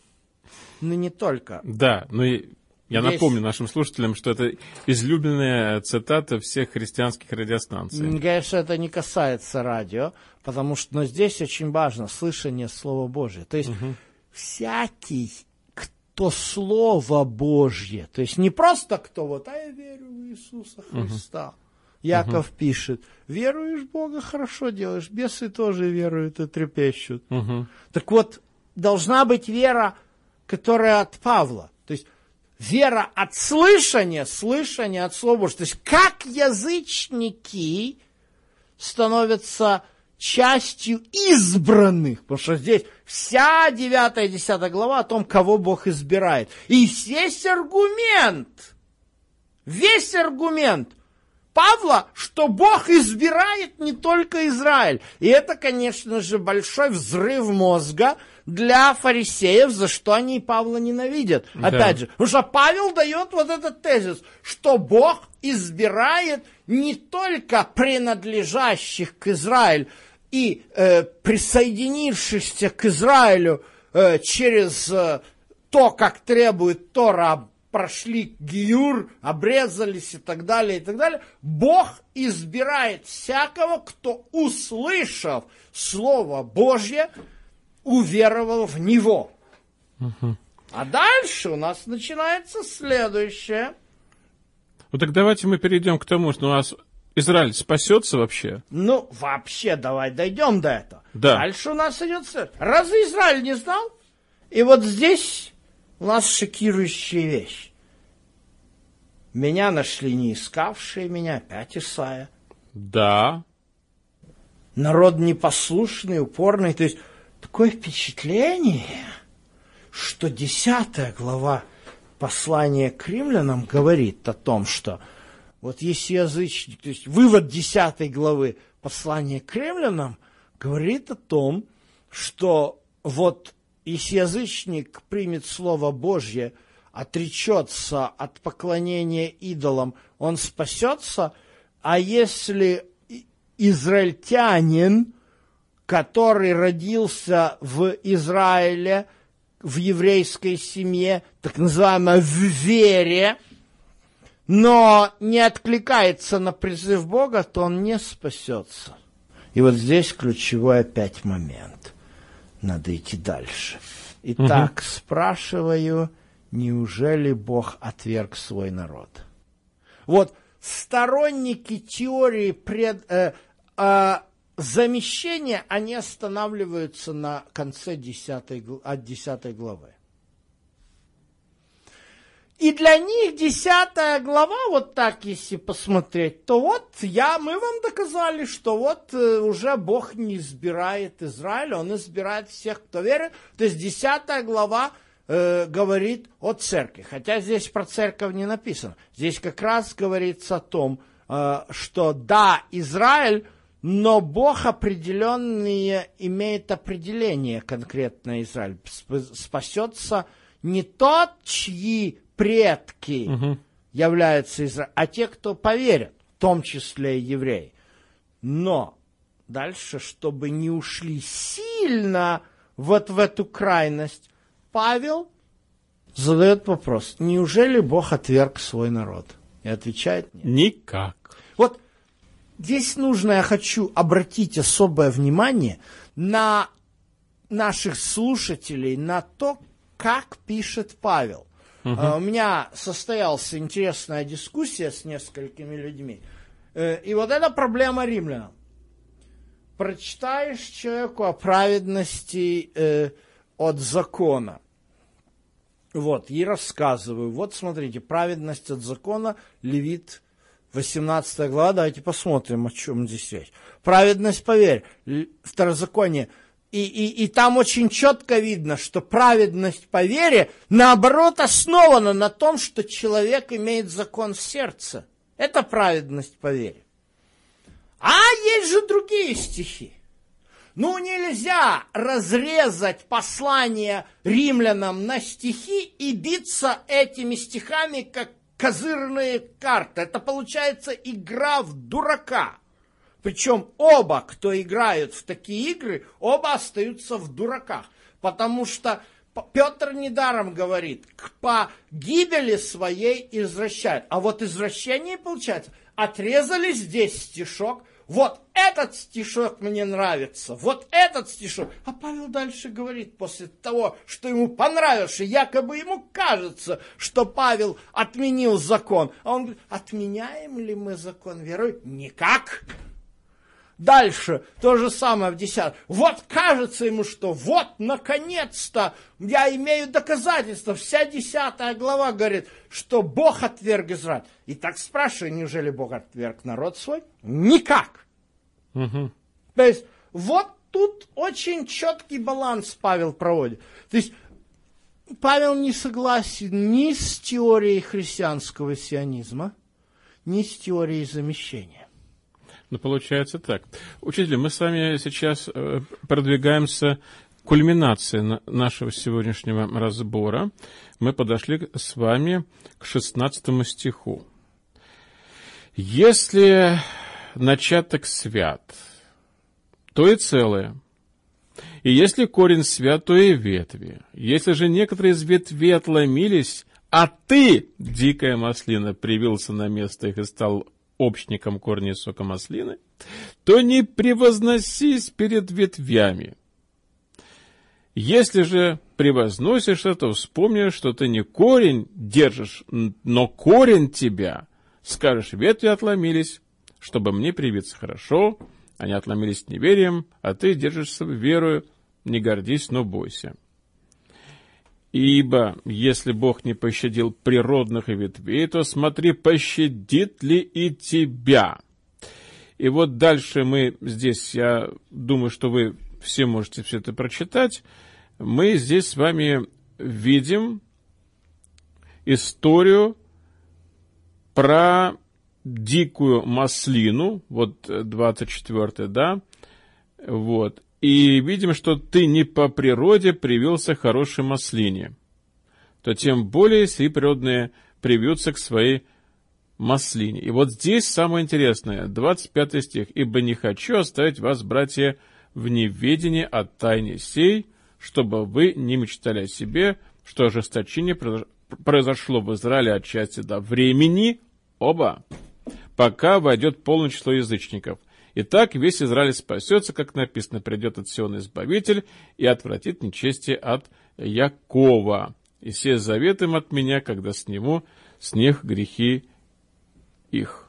S3: Ну, не только.
S2: Да, но я Здесь... напомню нашим слушателям, что это излюбленная цитата всех христианских радиостанций.
S3: Конечно, это не касается радио, потому что но здесь очень важно слышание Слова Божьего. То есть угу. всякий, кто Слово Божье, то есть не просто кто вот, а я верю в Иисуса Христа. Угу. Яков угу. пишет, веруешь в Бога, хорошо делаешь, бесы тоже веруют и трепещут. Угу. Так вот, должна быть вера, которая от Павла. То есть вера от слышания, слышание от Слова Божьего. То есть как язычники становятся частью избранных, потому что здесь вся девятая и десятая глава о том, кого Бог избирает. И весь аргумент, весь аргумент Павла, что Бог избирает не только Израиль. И это, конечно же, большой взрыв мозга для фарисеев, за что они Павла ненавидят. Да. Опять же, потому что Павел дает вот этот тезис, что Бог избирает не только принадлежащих к Израилю и э, присоединившихся к Израилю э, через э, то, как требует Тора, прошли гиюр, обрезались и так далее, и так далее. Бог избирает всякого, кто, услышав Слово Божье, уверовал в Него. Угу. А дальше у нас начинается следующее.
S2: Ну так давайте мы перейдем к тому, что у нас Израиль спасется вообще?
S3: Ну, вообще, давай дойдем до этого.
S2: Да.
S3: Дальше у нас идет следующее. Разве Израиль не знал? И вот здесь у нас шокирующая вещь. Меня нашли не искавшие меня, опять Исайя.
S2: Да.
S3: Народ непослушный, упорный. То есть такое впечатление, что десятая глава послание к римлянам говорит о том, что вот если язычник, то есть вывод десятой главы послания к римлянам говорит о том, что вот если язычник примет Слово Божье, отречется от поклонения идолам, он спасется, а если израильтянин, который родился в Израиле, в еврейской семье, так называемой в вере, но не откликается на призыв Бога, то он не спасется. И вот здесь ключевой опять момент. Надо идти дальше. Итак, угу. спрашиваю, неужели Бог отверг свой народ? Вот сторонники теории пред, э, э, замещения, они останавливаются на конце десятой, от десятой главы. И для них десятая глава, вот так если посмотреть, то вот я, мы вам доказали, что вот э, уже Бог не избирает Израиль, Он избирает всех, кто верит. То есть десятая глава э, говорит о церкви, хотя здесь про церковь не написано. Здесь как раз говорится о том, э, что да, Израиль, но Бог определенные имеет определение конкретно Израиль. Спасется не тот, чьи предки угу. являются Израилем, а те, кто поверят, в том числе и евреи. Но дальше, чтобы не ушли сильно вот в эту крайность, Павел задает вопрос: неужели Бог отверг свой народ? И отвечает: нет.
S2: Никак.
S3: Вот здесь нужно, я хочу обратить особое внимание на наших слушателей, на то, как пишет Павел. Uh-huh. Uh, у меня состоялась интересная дискуссия с несколькими людьми. Uh, и вот это проблема римлянам. Прочитаешь человеку о праведности uh, от закона. Вот, и рассказываю. Вот, смотрите, праведность от закона, Левит, восемнадцатая глава. Давайте посмотрим, о чем здесь речь. Праведность по вере, второзаконие. И, и, и там очень четко видно, что праведность по вере, наоборот, основана на том, что человек имеет закон в сердце. Это праведность по вере. А есть же другие стихи. Ну, нельзя разрезать послание римлянам на стихи и биться этими стихами, как козырные карты. Это получается игра в дурака. Причем оба, кто играют в такие игры, оба остаются в дураках. Потому что Петр недаром говорит, к погибели своей извращают. А вот извращение, получается, отрезали здесь стишок. Вот этот стишок мне нравится, вот этот стишок. А Павел дальше говорит, после того, что ему понравился, якобы ему кажется, что Павел отменил закон. А он говорит, отменяем ли мы закон верой? Никак. Дальше то же самое в десятом. Вот кажется ему, что вот, наконец-то, я имею доказательства. Вся десятая глава говорит, что Бог отверг Израиль. И так спрашиваю, неужели Бог отверг народ свой? Никак. Угу. То есть, вот тут очень четкий баланс Павел проводит. То есть, Павел не согласен ни с теорией христианского сионизма, ни с теорией замещения.
S2: Ну, получается так. Учитель, мы с вами сейчас э, продвигаемся к кульминации на, нашего сегодняшнего разбора. Мы подошли с вами к шестнадцатому стиху. Если начаток свят, то и целое. И если корень свят, то и ветви. Если же некоторые из ветвей отломились, а ты, дикая маслина, привился на место их и стал общником корня и сока маслины, то не превозносись перед ветвями. Если же превозносишься, то вспомни, что ты не корень держишь, но корень тебя. Скажешь, ветви отломились, чтобы мне привиться хорошо, они отломились неверием, а ты держишься верою, не гордись, но бойся. Ибо, если Бог не пощадил природных и ветвей, то смотри, пощадит ли и тебя. И вот дальше мы здесь, я думаю, что вы все можете все это прочитать, мы здесь с вами видим историю про дикую маслину, вот двадцать четвёртый, да, вот, и видим, что ты не по природе привился к хорошей маслине, то тем более сии природные привьются к своей маслине. И вот здесь самое интересное, двадцать пятый стих. «Ибо не хочу оставить вас, братья, в неведении о тайне сей, чтобы вы не мечтали о себе, что ожесточение произошло в Израиле отчасти до времени, оба, пока войдет полное число язычников. Итак, весь Израиль спасется, как написано, придет от Сиона Избавитель и отвратит нечестие от Якова. И все завет им от меня, когда сниму с них грехи их».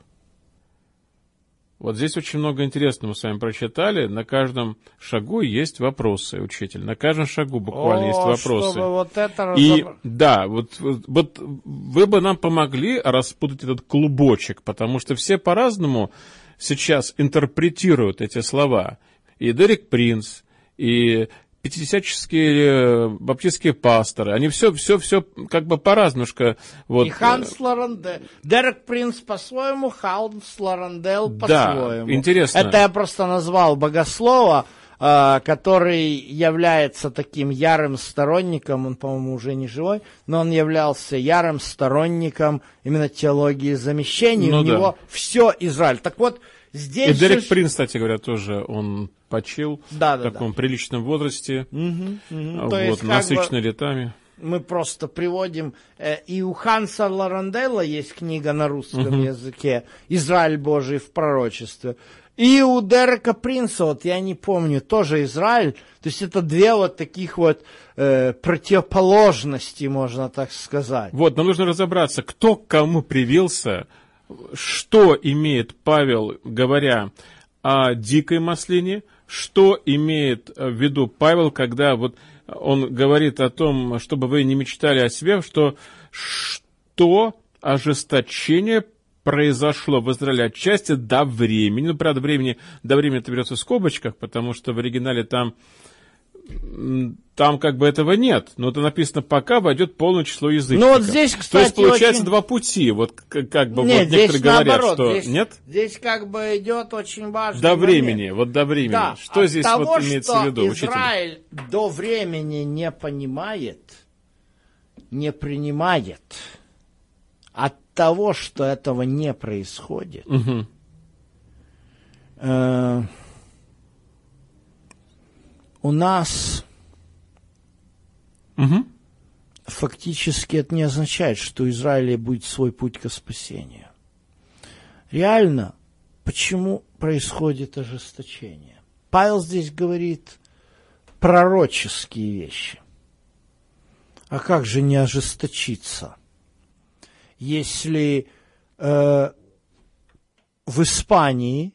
S2: Вот здесь очень много интересного мы с вами прочитали. На каждом шагу есть вопросы, учитель. На каждом шагу буквально
S3: О,
S2: есть вопросы.
S3: Чтобы вот это
S2: И
S3: разобр...
S2: да, вот, вот вы бы нам помогли распутать этот клубочек, потому что все по-разному сейчас интерпретируют эти слова. И Дерек Принц, и пятидесятнические баптистские пасторы, они все, все, все как бы по-разнушка. Вот.
S3: И Ханс Лорандел. Дерек Принц по-своему, Ханс Лорандел по-своему.
S2: Да, интересно.
S3: Это я просто назвал богослова, который является таким ярым сторонником, он, по-моему, уже не живой, но он являлся ярым сторонником именно теологии замещения.
S2: Ну,
S3: У
S2: да.
S3: него все Израиль. Так вот, здесь
S2: И Дерек
S3: же...
S2: Принц, кстати говоря, тоже он почил
S3: да,
S2: в
S3: да,
S2: таком
S3: да.
S2: приличном возрасте,
S3: Угу, угу.
S2: вот,
S3: То есть,
S2: насыщенный
S3: бы...
S2: летами.
S3: Мы просто приводим, э, и у Ханса Лоранделла есть книга на русском uh-huh. языке «Израиль Божий в пророчестве». И у Дерека Принца, вот я не помню, тоже Израиль. То есть это две вот таких вот э, противоположности, можно так сказать.
S2: Вот, нам нужно разобраться, кто к кому привился, что имеет Павел, говоря о дикой маслине, что имеет в виду Павел, когда вот он говорит о том, чтобы вы не мечтали о себе, что, что ожесточение произошло в Израиле отчасти до времени. Ну, правда, времени, до времени это берется в скобочках, потому что в оригинале там, там как бы этого нет. Но это написано, пока войдет полное число язычников.
S3: Ну, вот здесь, кстати,
S2: то есть, получается,
S3: очень...
S2: два пути. Вот как бы
S3: нет,
S2: вот некоторые говорят,
S3: наоборот,
S2: что...
S3: Здесь,
S2: нет?
S3: Здесь как бы идет очень важный
S2: До
S3: момент.
S2: времени, вот до времени.
S3: Да,
S2: что здесь
S3: того,
S2: вот имеется в виду, учитель?
S3: Израиль до времени не понимает, не принимает, от того, что этого не происходит,
S2: угу.
S3: э, у нас
S2: угу.
S3: фактически это не означает, что у Израиля будет свой путь к спасению. Реально, почему происходит ожесточение? Павел здесь говорит пророческие вещи. А как же не ожесточиться? Если э, в Испании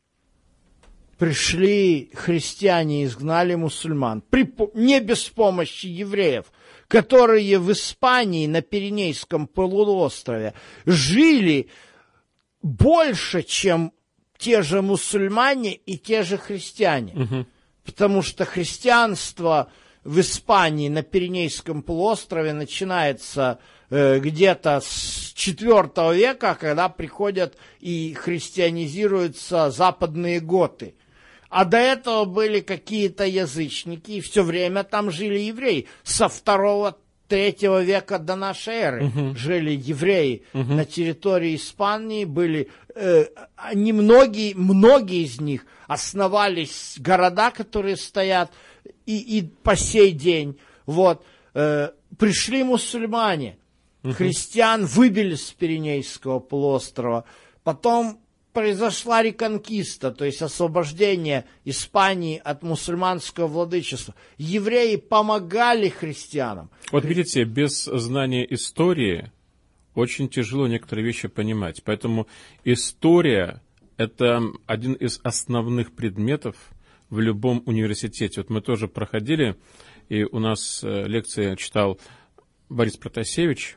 S3: пришли христиане и изгнали мусульман, при, не без помощи евреев, которые в Испании на Пиренейском полуострове жили больше, чем те же мусульмане и те же христиане.
S2: Угу.
S3: Потому что христианство в Испании на Пиренейском полуострове начинается э, где-то с четвёртого века, когда приходят и христианизируются западные готы. А до этого были какие-то язычники, и все время там жили евреи. Со второго-третьего века до нашей эры uh-huh. жили евреи uh-huh. на территории Испании. Были, э, они многие, многие из них основались города, которые стоят и, и по сей день. Вот, э, пришли мусульмане, uh-huh. христиан выбили с Пиренейского полуострова, потом произошла реконкиста, то есть освобождение Испании от мусульманского владычества. Евреи помогали христианам.
S2: Вот видите, без знания истории очень тяжело некоторые вещи понимать. Поэтому история – это один из основных предметов в любом университете. Вот мы тоже проходили, и у нас лекции читал Борис Протасевич,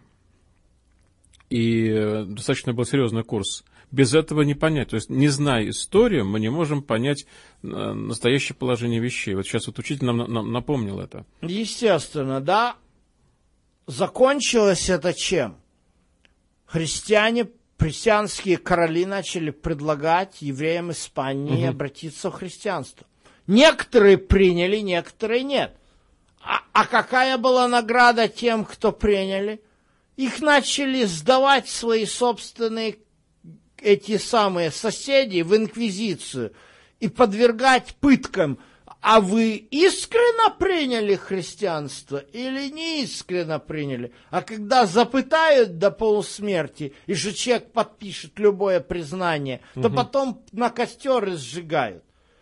S2: и достаточно был серьезный курс. Без этого не понять. То есть, не зная историю, мы не можем понять настоящее положение вещей. Вот сейчас вот учитель нам, нам напомнил это.
S3: Естественно, да. закончилось это чем? Христиане, христианские короли начали предлагать евреям Испании угу. обратиться в христианство. Некоторые приняли, некоторые нет. А, а какая была награда тем, кто приняли? Их начали сдавать свои собственные эти самые соседи в инквизицию и подвергать пыткам. А вы искренне приняли христианство или не искренне приняли? А когда запытают до полусмерти, и же человек подпишет любое признание, то угу. потом на костер и сжигают.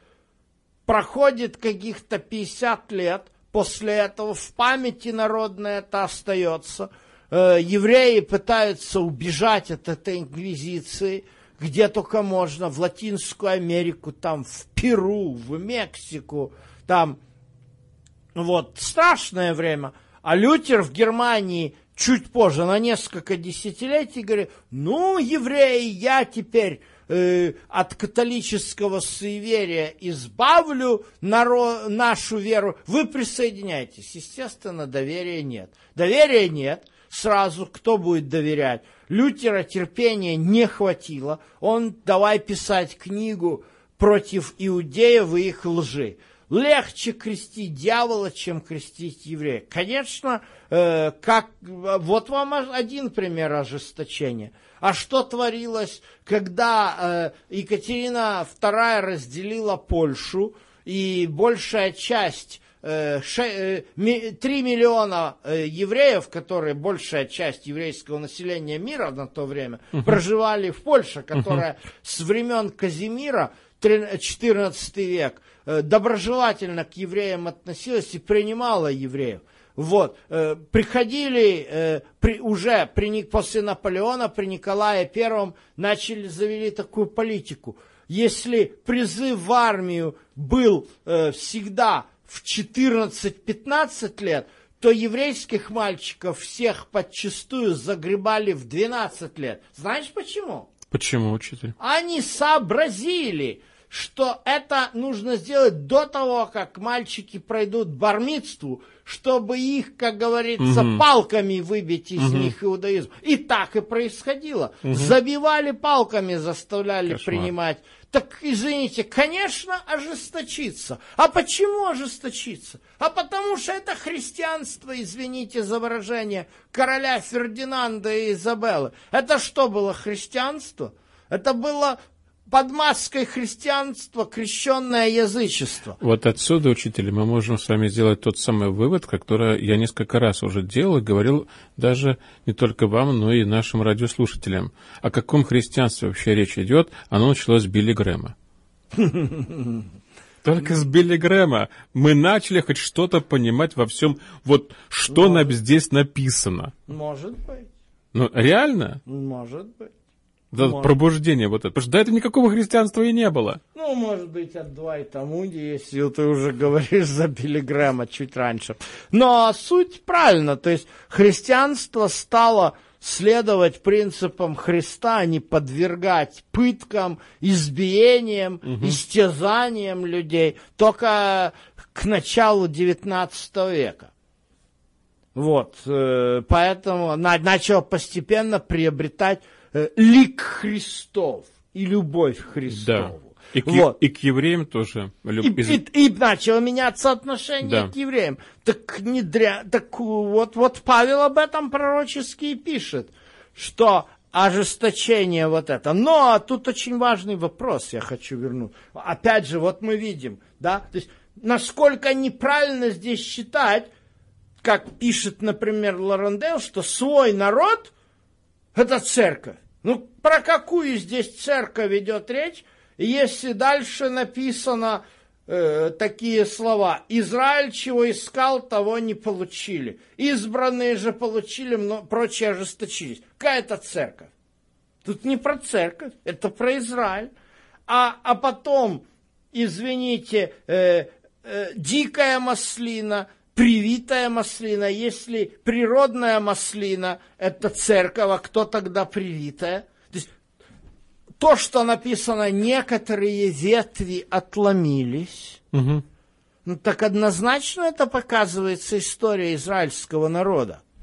S3: Проходит каких-то пятьдесят лет, после этого в памяти народной это остается. Э, евреи пытаются убежать от этой инквизиции, где только можно, в Латинскую Америку, там, в Перу, в Мексику, там, вот, страшное время. А Лютер в Германии чуть позже, на несколько десятилетий, говорит, ну, евреи, я теперь э, от католического суеверия избавлю наро- нашу веру, вы присоединяйтесь. Естественно, доверия нет. Доверия нет. Сразу кто будет доверять? Лютера терпения не хватило. Он давай писать книгу против иудеев и их лжи. Легче крестить дьявола, чем крестить еврея. Конечно, э, как, вот вам один пример ожесточения. А что творилось, когда э, Екатерина вторая разделила Польшу, и большая часть три миллиона евреев, которые большая часть еврейского населения мира на то время, uh-huh. проживали в Польше, которая uh-huh. с времен Казимира, четырнадцатый век, доброжелательно к евреям относилась и принимала евреев. Вот, приходили при, уже при, после Наполеона, при Николае Первом, начали, завели такую политику. Если призыв в армию был всегда в четырнадцать-пятнадцать лет, то еврейских мальчиков всех подчистую загребали в двенадцать лет. Знаешь почему?
S2: Почему, учитель?
S3: Они сообразили, что это нужно сделать до того, как мальчики пройдут бар-мицву, чтобы их, как говорится, угу. палками выбить из угу. них иудаизм. И так и происходило. Угу. Забивали палками, заставляли Кошмар. принимать. Так, извините, конечно, ожесточиться. А почему ожесточиться? А потому что это христианство, извините за выражение, короля Фердинанда и Изабеллы. Это что было христианство? Это было под маской христианства крещенное язычество.
S2: Вот отсюда, учитель, мы можем с вами сделать тот самый вывод, который я несколько раз уже делал и говорил даже не только вам, но и нашим радиослушателям. О каком христианстве вообще речь идет? Оно началось с Билли Грэма. Только с Билли Грэма мы начали хоть что-то понимать во всем, вот что нам здесь написано.
S3: Может быть.
S2: Ну, реально?
S3: Может быть.
S2: Да, пробуждение вот это. Потому что до этого никакого христианства и не было.
S3: Ну, может быть, от два и тому, если ты уже говоришь за Билли Грэма чуть раньше. Но суть правильно. То есть христианство стало следовать принципам Христа, а не подвергать пыткам, избиениям, угу. истязаниям людей только к началу девятнадцатого века. Вот. Поэтому начал постепенно приобретать лик Христов и любовь к Христову.
S2: Да. И, к,
S3: вот.
S2: и к евреям тоже.
S3: И, и, и начало меняться отношение да. к евреям. Так, не дря... так вот, вот Павел об этом пророчески и пишет, что ожесточение вот это. Но тут очень важный вопрос я хочу вернуть. Опять же, вот мы видим, да, то есть насколько неправильно здесь считать, как пишет, например, Лорандел, что свой народ – это церковь. Ну, про какую здесь церковь идет речь, если дальше написано э, такие слова: «Израиль, чего искал, того не получили. Избранные же получили, но прочие ожесточились». Какая это церковь? Тут не про церковь, это про Израиль. А, а потом, извините, э, э, дикая маслина, привитая маслина. Если природная маслина – это церковь, а кто тогда привитая? То есть, то, что написано, некоторые ветви отломились, угу. ну, так однозначно это показывается история израильского народа.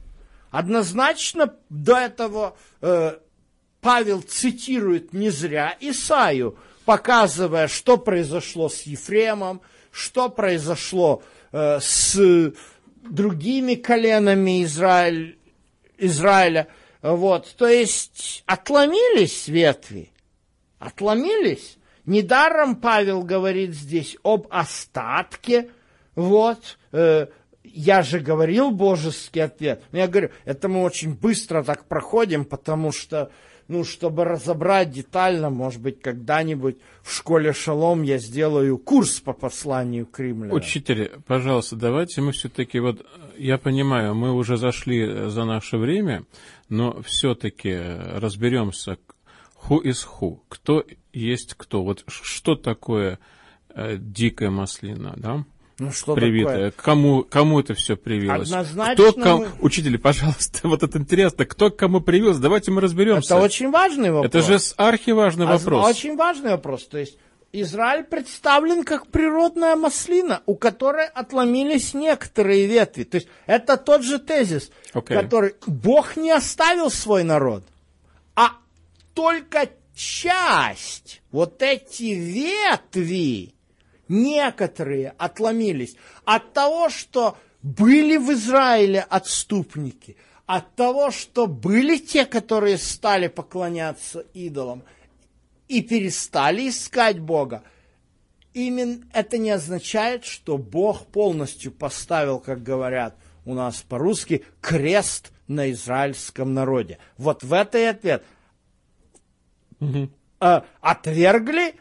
S3: Однозначно до этого э, Павел цитирует не зря Исаию, показывая, что произошло с Ефремом, что произошло э, с другими коленами Израиль, Израиля. Вот. То есть отломились ветви, отломились. Недаром Павел говорит здесь об остатке. Вот. Э, я же говорил божеский ответ. Но я говорю, это мы очень быстро так проходим, потому что, ну, чтобы разобрать детально, может быть, когда-нибудь в школе Шалом я сделаю курс по посланию к римлянам.
S2: Учитель, пожалуйста, давайте мы все-таки, вот, я понимаю, мы уже зашли за наше время, но все-таки разберемся, who is who, кто есть кто. Вот что такое э, дикая маслина, да?
S3: Ну, что
S2: привитое.
S3: Такое?
S2: Кому, кому это все привилось?
S3: Однозначно.
S2: Кто кому...
S3: Мы...
S2: Учитель, пожалуйста, вот это интересно, кто к кому привез? Давайте мы разберемся.
S3: Это очень важный вопрос.
S2: Это же архиважный
S3: а,
S2: вопрос.
S3: Очень важный вопрос. То есть Израиль представлен как природная маслина, у которой отломились некоторые ветви. То есть это тот же тезис, okay. который Бог не оставил свой народ, а только часть, вот эти ветви, некоторые отломились от того, что были в Израиле отступники, от того, что были те, которые стали поклоняться идолам и перестали искать Бога. Именно это не означает, что Бог полностью поставил, как говорят у нас по-русски, крест на израильском народе. Вот в это и ответ.
S2: Угу.
S3: Э, отвергли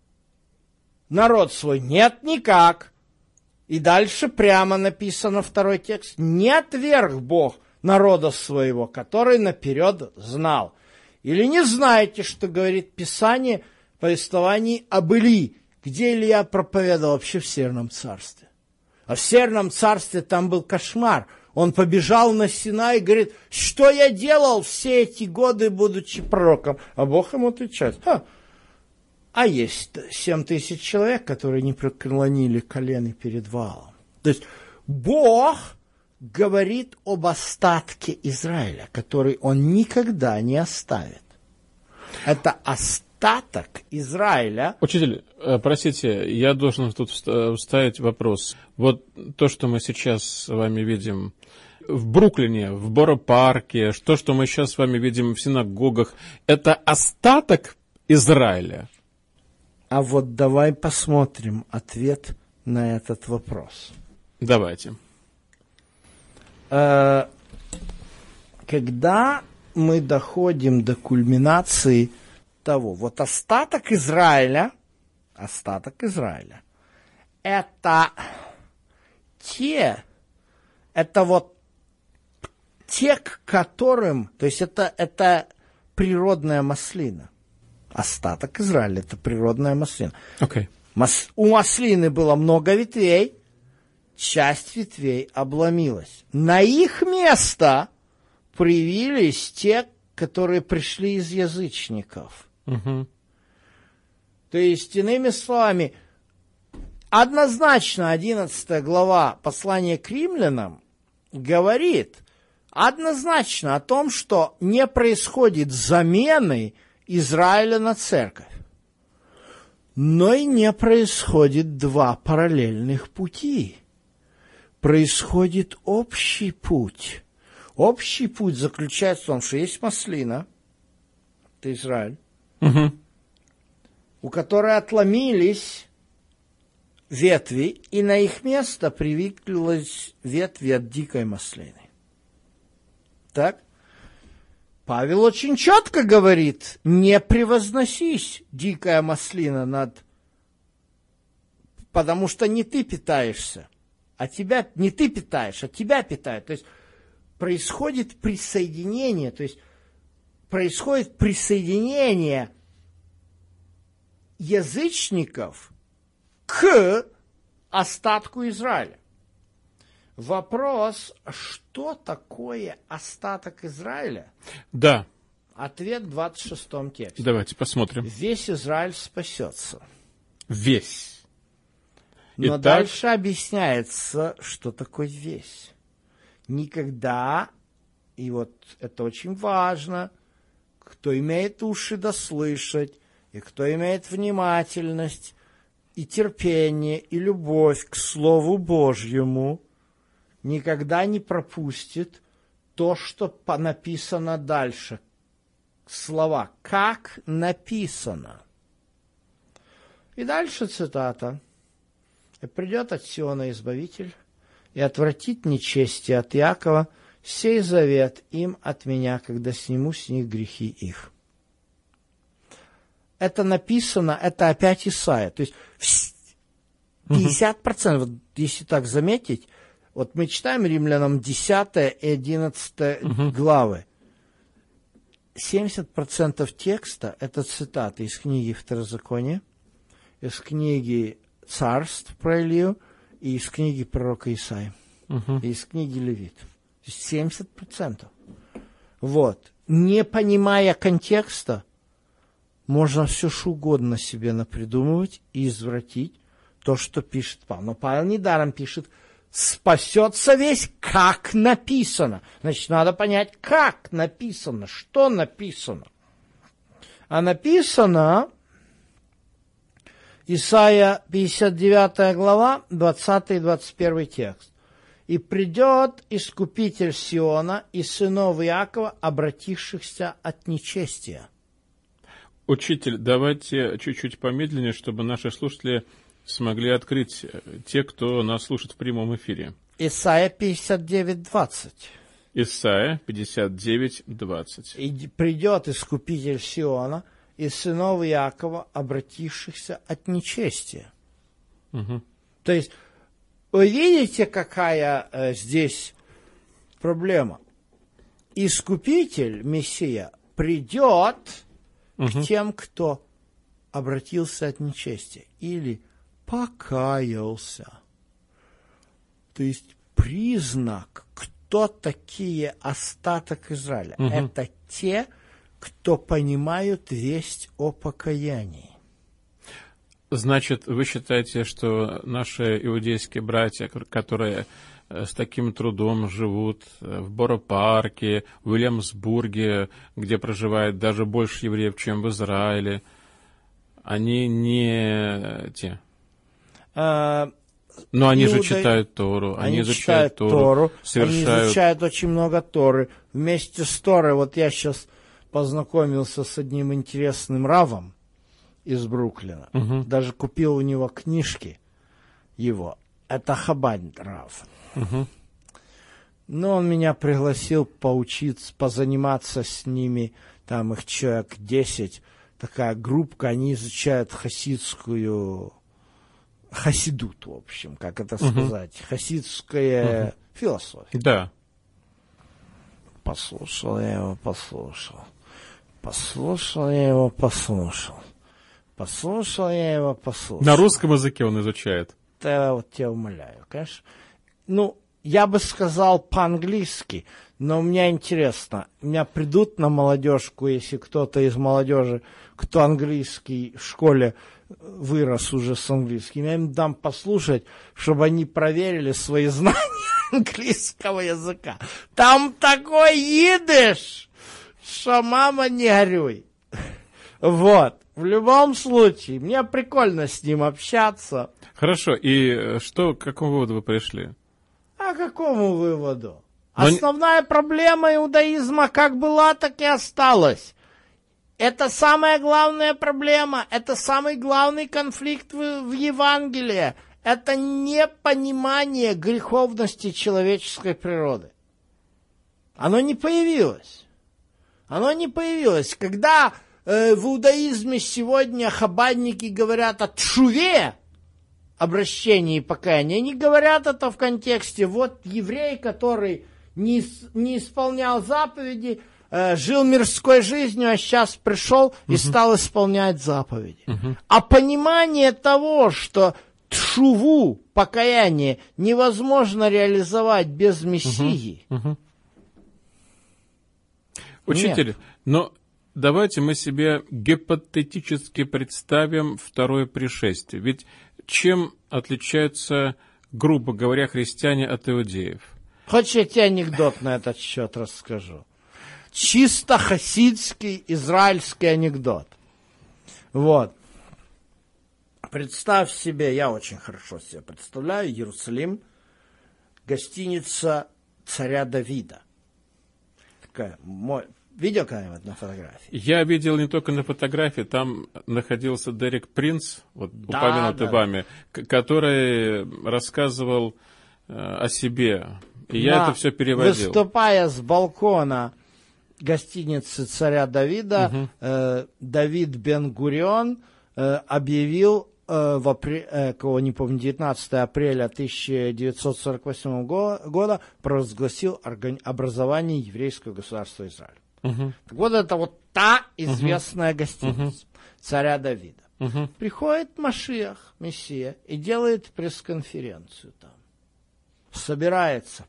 S3: народ свой? Нет, никак. И дальше прямо написано второй текст. Не отверг Бог народа своего, который наперед знал. Или не знаете, что говорит Писание в повествовании об Илии, где Илья проповедовал вообще в Северном царстве. А в Северном царстве там был кошмар. Он побежал на Синай и говорит, что я делал все эти годы, будучи пророком? А Бог ему отвечает, а, а есть семь тысяч человек, которые не преклонили колени перед Ваалом. То есть Бог говорит об остатке Израиля, который он никогда не оставит. Это остаток Израиля.
S2: Учитель, простите, я должен тут вставить вопрос. Вот то, что мы сейчас с вами видим в Бруклине, в Боро-парке, то, что мы сейчас с вами видим в синагогах, это остаток Израиля?
S3: А вот давай посмотрим ответ на этот вопрос.
S2: Давайте.
S3: Когда мы доходим до кульминации того, вот остаток Израиля, остаток Израиля, это те, это вот те, к которым, то есть это, это природная маслина. Остаток Израиля – это природная маслина.
S2: Okay.
S3: Мас, у маслины было много ветвей, часть ветвей обломилась. На их место привились те, которые пришли из язычников.
S2: Uh-huh.
S3: То есть, иными словами, однозначно одиннадцатая глава послания к римлянам говорит однозначно о том, что не происходит замены Израиля на церковь. Но и не происходит два параллельных пути. Происходит общий путь. Общий путь заключается в том, что есть маслина, это Израиль,
S2: угу.
S3: у которой отломились ветви, и на их место привиклись ветви от дикой маслины. Так? Павел очень четко говорит, не превозносись, дикая маслина, над... потому что не ты питаешься, а тебя не ты питаешь, а тебя питают. То есть происходит присоединение, то есть происходит присоединение язычников к остатку Израиля. Вопрос, что такое остаток Израиля?
S2: Да.
S3: Ответ в двадцать шестом тексте.
S2: Давайте посмотрим.
S3: Весь Израиль спасется.
S2: Весь.
S3: Но
S2: Итак...
S3: дальше объясняется, что такое весь. Никогда и вот это очень важно, кто имеет уши да слышать, и кто имеет внимательность, и терпение, и любовь к Слову Божьему, никогда не пропустит то, что написано дальше. Слова «как написано». И дальше цитата. «И придет от Сиона Избавитель, и отвратит нечестие от Иакова, сей завет им от меня, когда сниму с них грехи их». Это написано, это опять Исайя. То есть пятьдесят процентов, вот, если так заметить, вот мы читаем Римлянам десятая и одиннадцатая uh-huh. главы. семьдесят процентов текста – это цитаты из книги Второзакония, из книги Царств про Илью и из книги пророка Исаии, uh-huh. и из книги Левит. То есть семьдесят процентов. Вот. Не понимая контекста, можно все что угодно себе напридумывать и извратить то, что пишет Павел. Но Павел недаром пишет: спасется весь, как написано. Значит, надо понять, как написано, что написано. А написано, Исайя пятьдесят девятая глава, двадцатый и двадцать первый текст. «И придет искупитель Сиона и сынов Иакова, обратившихся от нечестия».
S2: Учитель, давайте чуть-чуть помедленнее, чтобы наши слушатели смогли открыть, те, кто нас слушает в прямом эфире.
S3: Исайя пятьдесят девять двадцать.
S2: Исайя пятьдесят девять двадцать.
S3: «И придет искупитель Сиона и сынов Иакова, обратившихся от нечестия».
S2: Угу.
S3: То есть, вы видите, какая э, здесь проблема? Искупитель, Мессия, придет
S2: угу.
S3: к тем, кто обратился от нечестия или покаялся. То есть признак, кто такие остаток Израиля.
S2: Угу.
S3: Это те, кто понимают весть о покаянии.
S2: Значит, вы считаете, что наши иудейские братья, которые с таким трудом живут в Боро-Парке, в Уильямсбурге, где проживает даже больше евреев, чем в Израиле, они не те?
S3: А,
S2: Но они
S3: Иуда...
S2: же читают Тору, они,
S3: они
S2: изучают
S3: читают
S2: Тору,
S3: Тору,
S2: совершают...
S3: они изучают очень много Торы. Вместе с Торой, вот я сейчас познакомился с одним интересным равом из Бруклина.
S2: Угу.
S3: Даже купил у него книжки его. Это Хабад рав.
S2: Угу.
S3: Но он меня пригласил поучиться, позаниматься с ними. Там их человек десять. Такая группка, они изучают хасидскую... Хасидут, в общем, как это
S2: угу.
S3: сказать. Хасидская угу. философия.
S2: Да.
S3: Послушал я его, послушал. Послушал я его, послушал. Послушал я его, послушал.
S2: На русском языке он изучает.
S3: Да, вот тебя умоляю, конечно. Ну, я бы сказал по-английски, но мне интересно, меня придут на молодежку, если кто-то из молодежи, кто английский в школе вырос уже с английским, я им дам послушать, чтобы они проверили свои знания английского языка. Там такой идиш, что мама не горюй. Вот. В любом случае, мне прикольно с ним общаться.
S2: Хорошо, и что, к какому выводу вы пришли?
S3: А к какому выводу?
S2: Но
S3: Основная не... проблема иудаизма как была, так и осталась. Это самая главная проблема, это самый главный конфликт в, в Евангелии. Это непонимание греховности человеческой природы. Оно не появилось. Оно не появилось. Когда э, в иудаизме сегодня хабадники говорят о тшуве, обращении и покаянии, они говорят это в контексте, вот еврей, который не, не исполнял заповеди, э, жил мирской жизнью, а сейчас пришел и uh-huh. стал исполнять заповеди. Uh-huh. А понимание того, что тшуву, покаяние, невозможно реализовать без Мессии.
S2: Uh-huh. Uh-huh. Учитель, Нет. но давайте мы себе гипотетически представим второе пришествие. Ведь чем отличаются, грубо говоря, христиане от иудеев?
S3: Хочешь, я тебе анекдот на этот счет расскажу? Чисто хасидский израильский анекдот. Вот. Представь себе, я очень хорошо себе представляю, Иерусалим, гостиница царя Давида. Такая, мой, видел когда-нибудь на фотографии?
S2: Я видел не только на фотографии, там находился Дерек Принц, вот
S3: Да,
S2: упомянутый
S3: да,
S2: вами, к- который рассказывал э, о себе. И
S3: На,
S2: я это все переводил.
S3: Выступая с балкона гостиницы царя Давида,
S2: Угу.
S3: э, Давид Бен-Гурион э, объявил э, в апре- э, кого не помню, девятнадцатого апреля тысяча девятьсот сорок восьмого го- года провозгласил органи- образование еврейского государства Израиль.
S2: Угу.
S3: Так вот это вот та известная гостиница царя Давида.
S2: Угу.
S3: Приходит Машиах, Мессия, и делает пресс-конференцию там. Собирается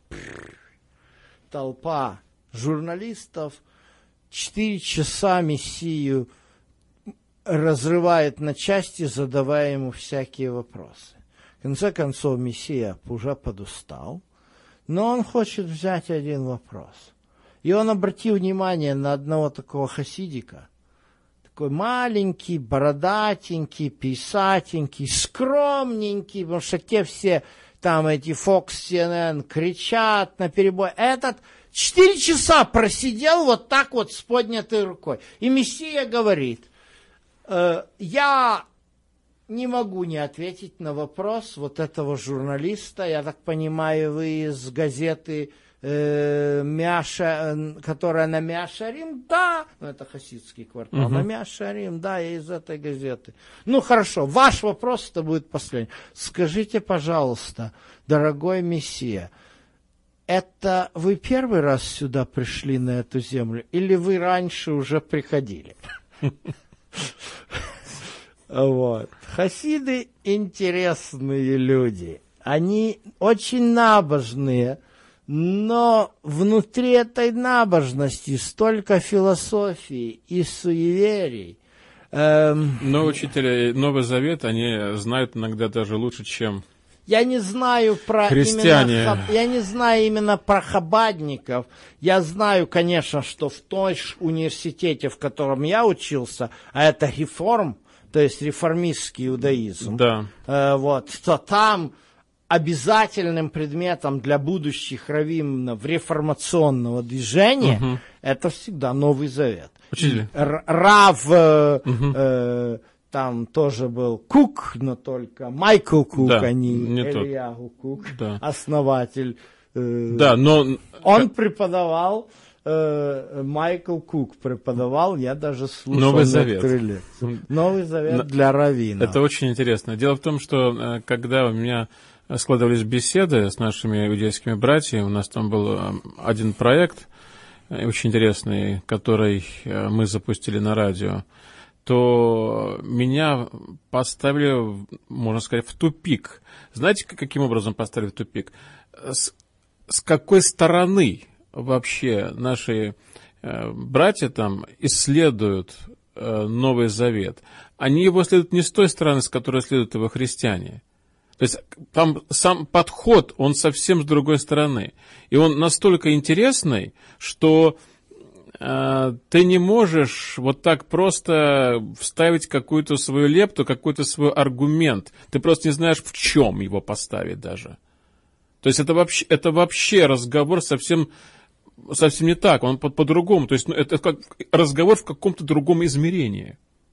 S3: толпа журналистов, четыре часа Мессию разрывает на части, задавая ему всякие вопросы. В конце концов, Мессия уже подустал, но он хочет взять один вопрос. И он обратил внимание на одного такого хасидика, такой маленький, бородатенький, писатенький, скромненький, потому что те все там эти Fox, си эн эн кричат наперебой. Этот четыре часа просидел вот так вот с поднятой рукой. И Мессия говорит, э, я не могу не ответить на вопрос вот этого журналиста. Я так понимаю, вы из газеты э, Мяша, которая на Мяшарим? Да, ну, это хасидский квартал.
S2: Угу.
S3: На Мяшарим, да, я из этой газеты. Ну, хорошо, ваш вопрос это будет последний. Скажите, пожалуйста, дорогой Мессия, это вы первый раз сюда пришли на эту землю, или вы раньше уже приходили? Вот. Хасиды интересные люди. Они очень набожные, но внутри этой набожности столько философии и суеверий. Эм,
S2: Но учителя Новый Завет, они знают иногда даже лучше, чем
S3: Я не знаю про
S2: христиане.
S3: именно, я не знаю именно про хабадников. Я знаю, конечно, что в том университете, в котором я учился, а это реформ, то есть реформистский иудаизм,
S2: Да.
S3: э, вот, то там обязательным предметом для будущих раввинов реформационного движения
S2: Угу.
S3: это всегда Новый Завет.
S2: Учитель.
S3: Р- Рав э,
S2: Угу.
S3: э, там тоже был Кук, но только Майкл Кук,
S2: Да,
S3: а не,
S2: не тот.
S3: Элияху Кук,
S2: Да.
S3: основатель. э,
S2: Да, но
S3: Он преподавал, э, Майкл Кук преподавал, я даже слушал
S2: Новый Завет.
S3: некоторые лекции. Новый Завет
S2: На-
S3: для раввинов.
S2: это очень интересно. Дело в том, что э, когда у меня складывались беседы с нашими иудейскими братьями, у нас там был э, один проект э, очень интересный, который э, мы запустили на радио, то меня поставили, можно сказать, в тупик. Знаете, к- каким образом поставили в тупик? С, с какой стороны вообще наши э, братья там исследуют э, Новый Завет? Они его следуют не с той стороны, с которой следуют его христиане. То есть там сам подход, он совсем с другой стороны. И он настолько интересный, что э, ты не можешь вот так просто вставить какую-то свою лепту, какой-то свой аргумент. Ты просто не знаешь, в чем его поставить даже. То есть это вообще, это вообще разговор совсем, совсем не так, он по- по-другому. То есть ну, это как разговор в каком-то другом измерении.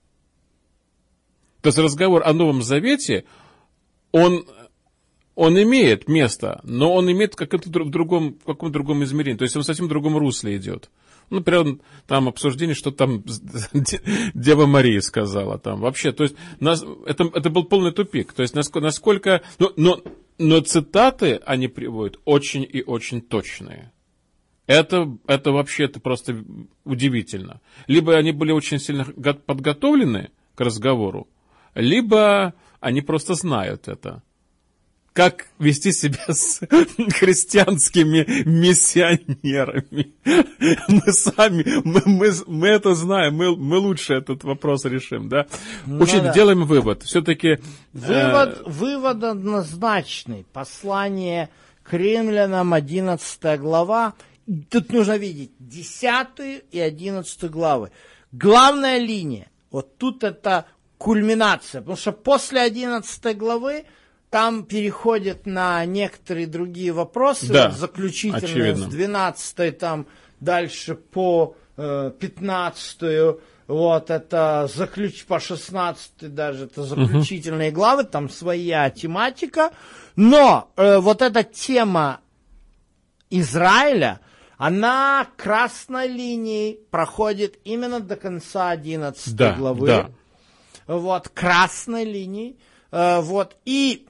S2: То есть разговор о Новом Завете, он, он имеет место, но он имеет в каком-то дру- в другом, в каком-то другом измерении. То есть он в совсем другом русле идет. Ну, например, там обсуждение, что там Дева Мария сказала. Там. Вообще, то есть нас, это, это был полный тупик. То есть насколько... насколько ну, но, но цитаты они приводят очень и очень точные. Это, это вообще это просто удивительно. Либо они были очень сильно го- подготовлены к разговору, либо они просто знают это. как вести себя с христианскими миссионерами. Мы сами, мы, мы, мы это знаем, мы, мы лучше этот вопрос решим, да?
S3: Ну,
S2: Учитель,
S3: да.
S2: делаем вывод. Все-таки...
S3: Вывод,
S2: э...
S3: вывод однозначный. Послание к римлянам, одиннадцатая глава. Тут нужно видеть десятую и одиннадцатую главы. Главная линия, вот тут это кульминация, потому что после одиннадцатой главы там переходят на некоторые другие вопросы,
S2: да,
S3: вот заключительные,
S2: очевидно.
S3: с двенадцатой там дальше по э, пятнадцатую, вот это заключ... по шестнадцатой даже, это заключительные угу. главы, там своя тематика, но э, вот эта тема Израиля, она красной линией проходит именно до конца одиннадцатой
S2: да,
S3: главы.
S2: Да.
S3: Вот, красной линией. Э, вот, и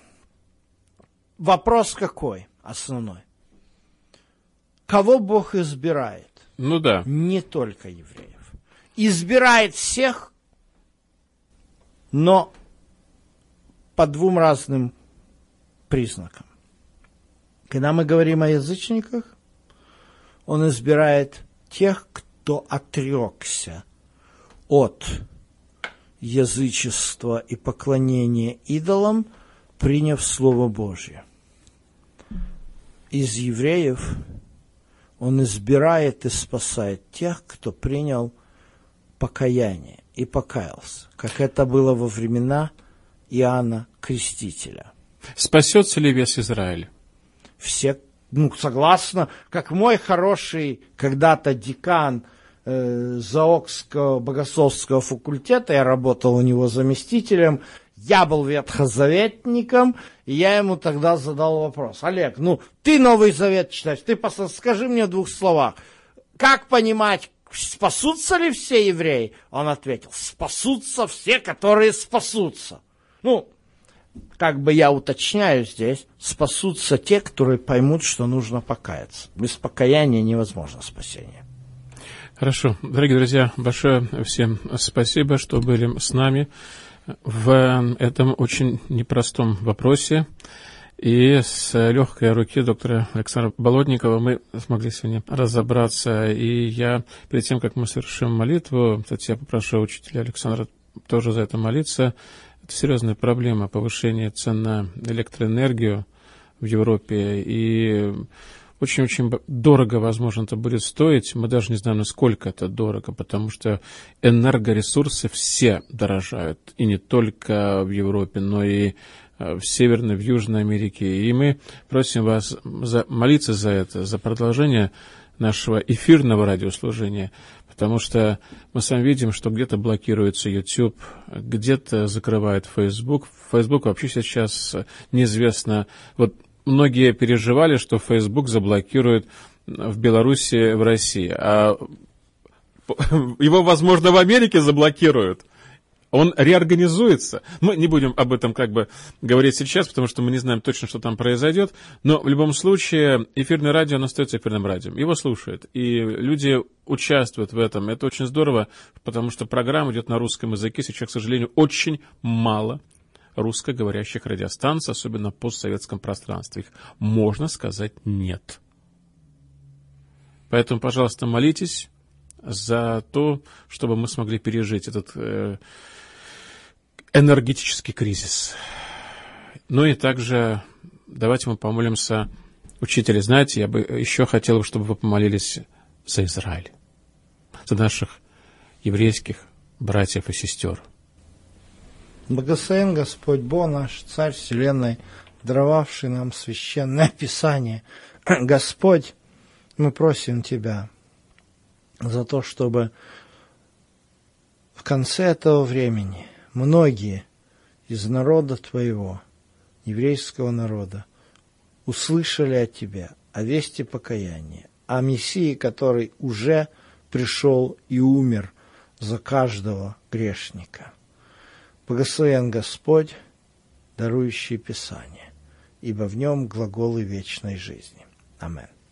S3: вопрос какой основной? Кого Бог избирает?
S2: Ну да.
S3: Не только евреев. Избирает всех, но по двум разным признакам. Когда мы говорим о язычниках, Он избирает тех, кто отрекся от язычества и поклонения идолам, приняв Слово Божье. Из евреев Он избирает и спасает тех, кто принял покаяние и покаялся, как это было во времена Иоанна Крестителя.
S2: Спасется ли весь Израиль?
S3: Все, ну, согласно, как мой хороший когда-то декан э, Заокского богословского факультета, я работал у него заместителем, я был ветхозаветником, и я ему тогда задал вопрос: Олег, ну, ты Новый Завет читаешь, ты пос- скажи мне в двух словах, как понимать, спасутся ли все евреи? Он ответил: спасутся все, которые спасутся. Ну, как бы я уточняю здесь, спасутся те, которые поймут, что нужно покаяться. Без покаяния невозможно спасение.
S2: Хорошо. Дорогие друзья, большое всем спасибо, что были с нами в этом очень непростом вопросе. И с легкой руки доктора Александра Болотникова мы смогли сегодня разобраться. И я, перед тем, как мы совершим молитву, кстати, я попрошу учителя Александра тоже за это молиться. Это серьезная проблема повышения цен на электроэнергию в Европе. И очень-очень дорого, возможно, это будет стоить. Мы даже не знаем, насколько это дорого, потому что энергоресурсы все дорожают. И не только в Европе, но и в Северной, в Южной Америке. И мы просим вас за, молиться за это, за продолжение нашего эфирного радиослужения, потому что мы с вами видим, что где-то блокируется YouTube, где-то закрывает Facebook. Facebook вообще сейчас неизвестно. Вот многие переживали, что Facebook заблокирует в Беларуси, в России, а его, возможно, в Америке заблокируют. Он реорганизуется. Мы не будем об этом как бы говорить сейчас, потому что мы не знаем точно, что там произойдет. Но в любом случае эфирное радио, оно остается эфирным радио. Его слушают. И люди участвуют в этом. Это очень здорово, потому что программа идет на русском языке. Сейчас, к сожалению, очень мало русскоговорящих радиостанций, особенно в постсоветском пространстве. Их, можно сказать, нет. Поэтому, пожалуйста, молитесь за то, чтобы мы смогли пережить этот э, энергетический кризис. Ну и также давайте мы помолимся. Учитель, знаете, я бы еще хотел, чтобы вы помолились за Израиль, за наших еврейских братьев и сестер.
S3: Благословен Господь Бог наш, Царь Вселенной, даровавший нам священное Писание. Господь, мы просим Тебя за то, чтобы в конце этого времени многие из народа Твоего, еврейского народа, услышали от Тебя о вести покаяния, о Мессии, который уже пришел и умер за каждого грешника. Благословен Господь, дарующий Писание, ибо в нем глаголы вечной жизни. Аминь.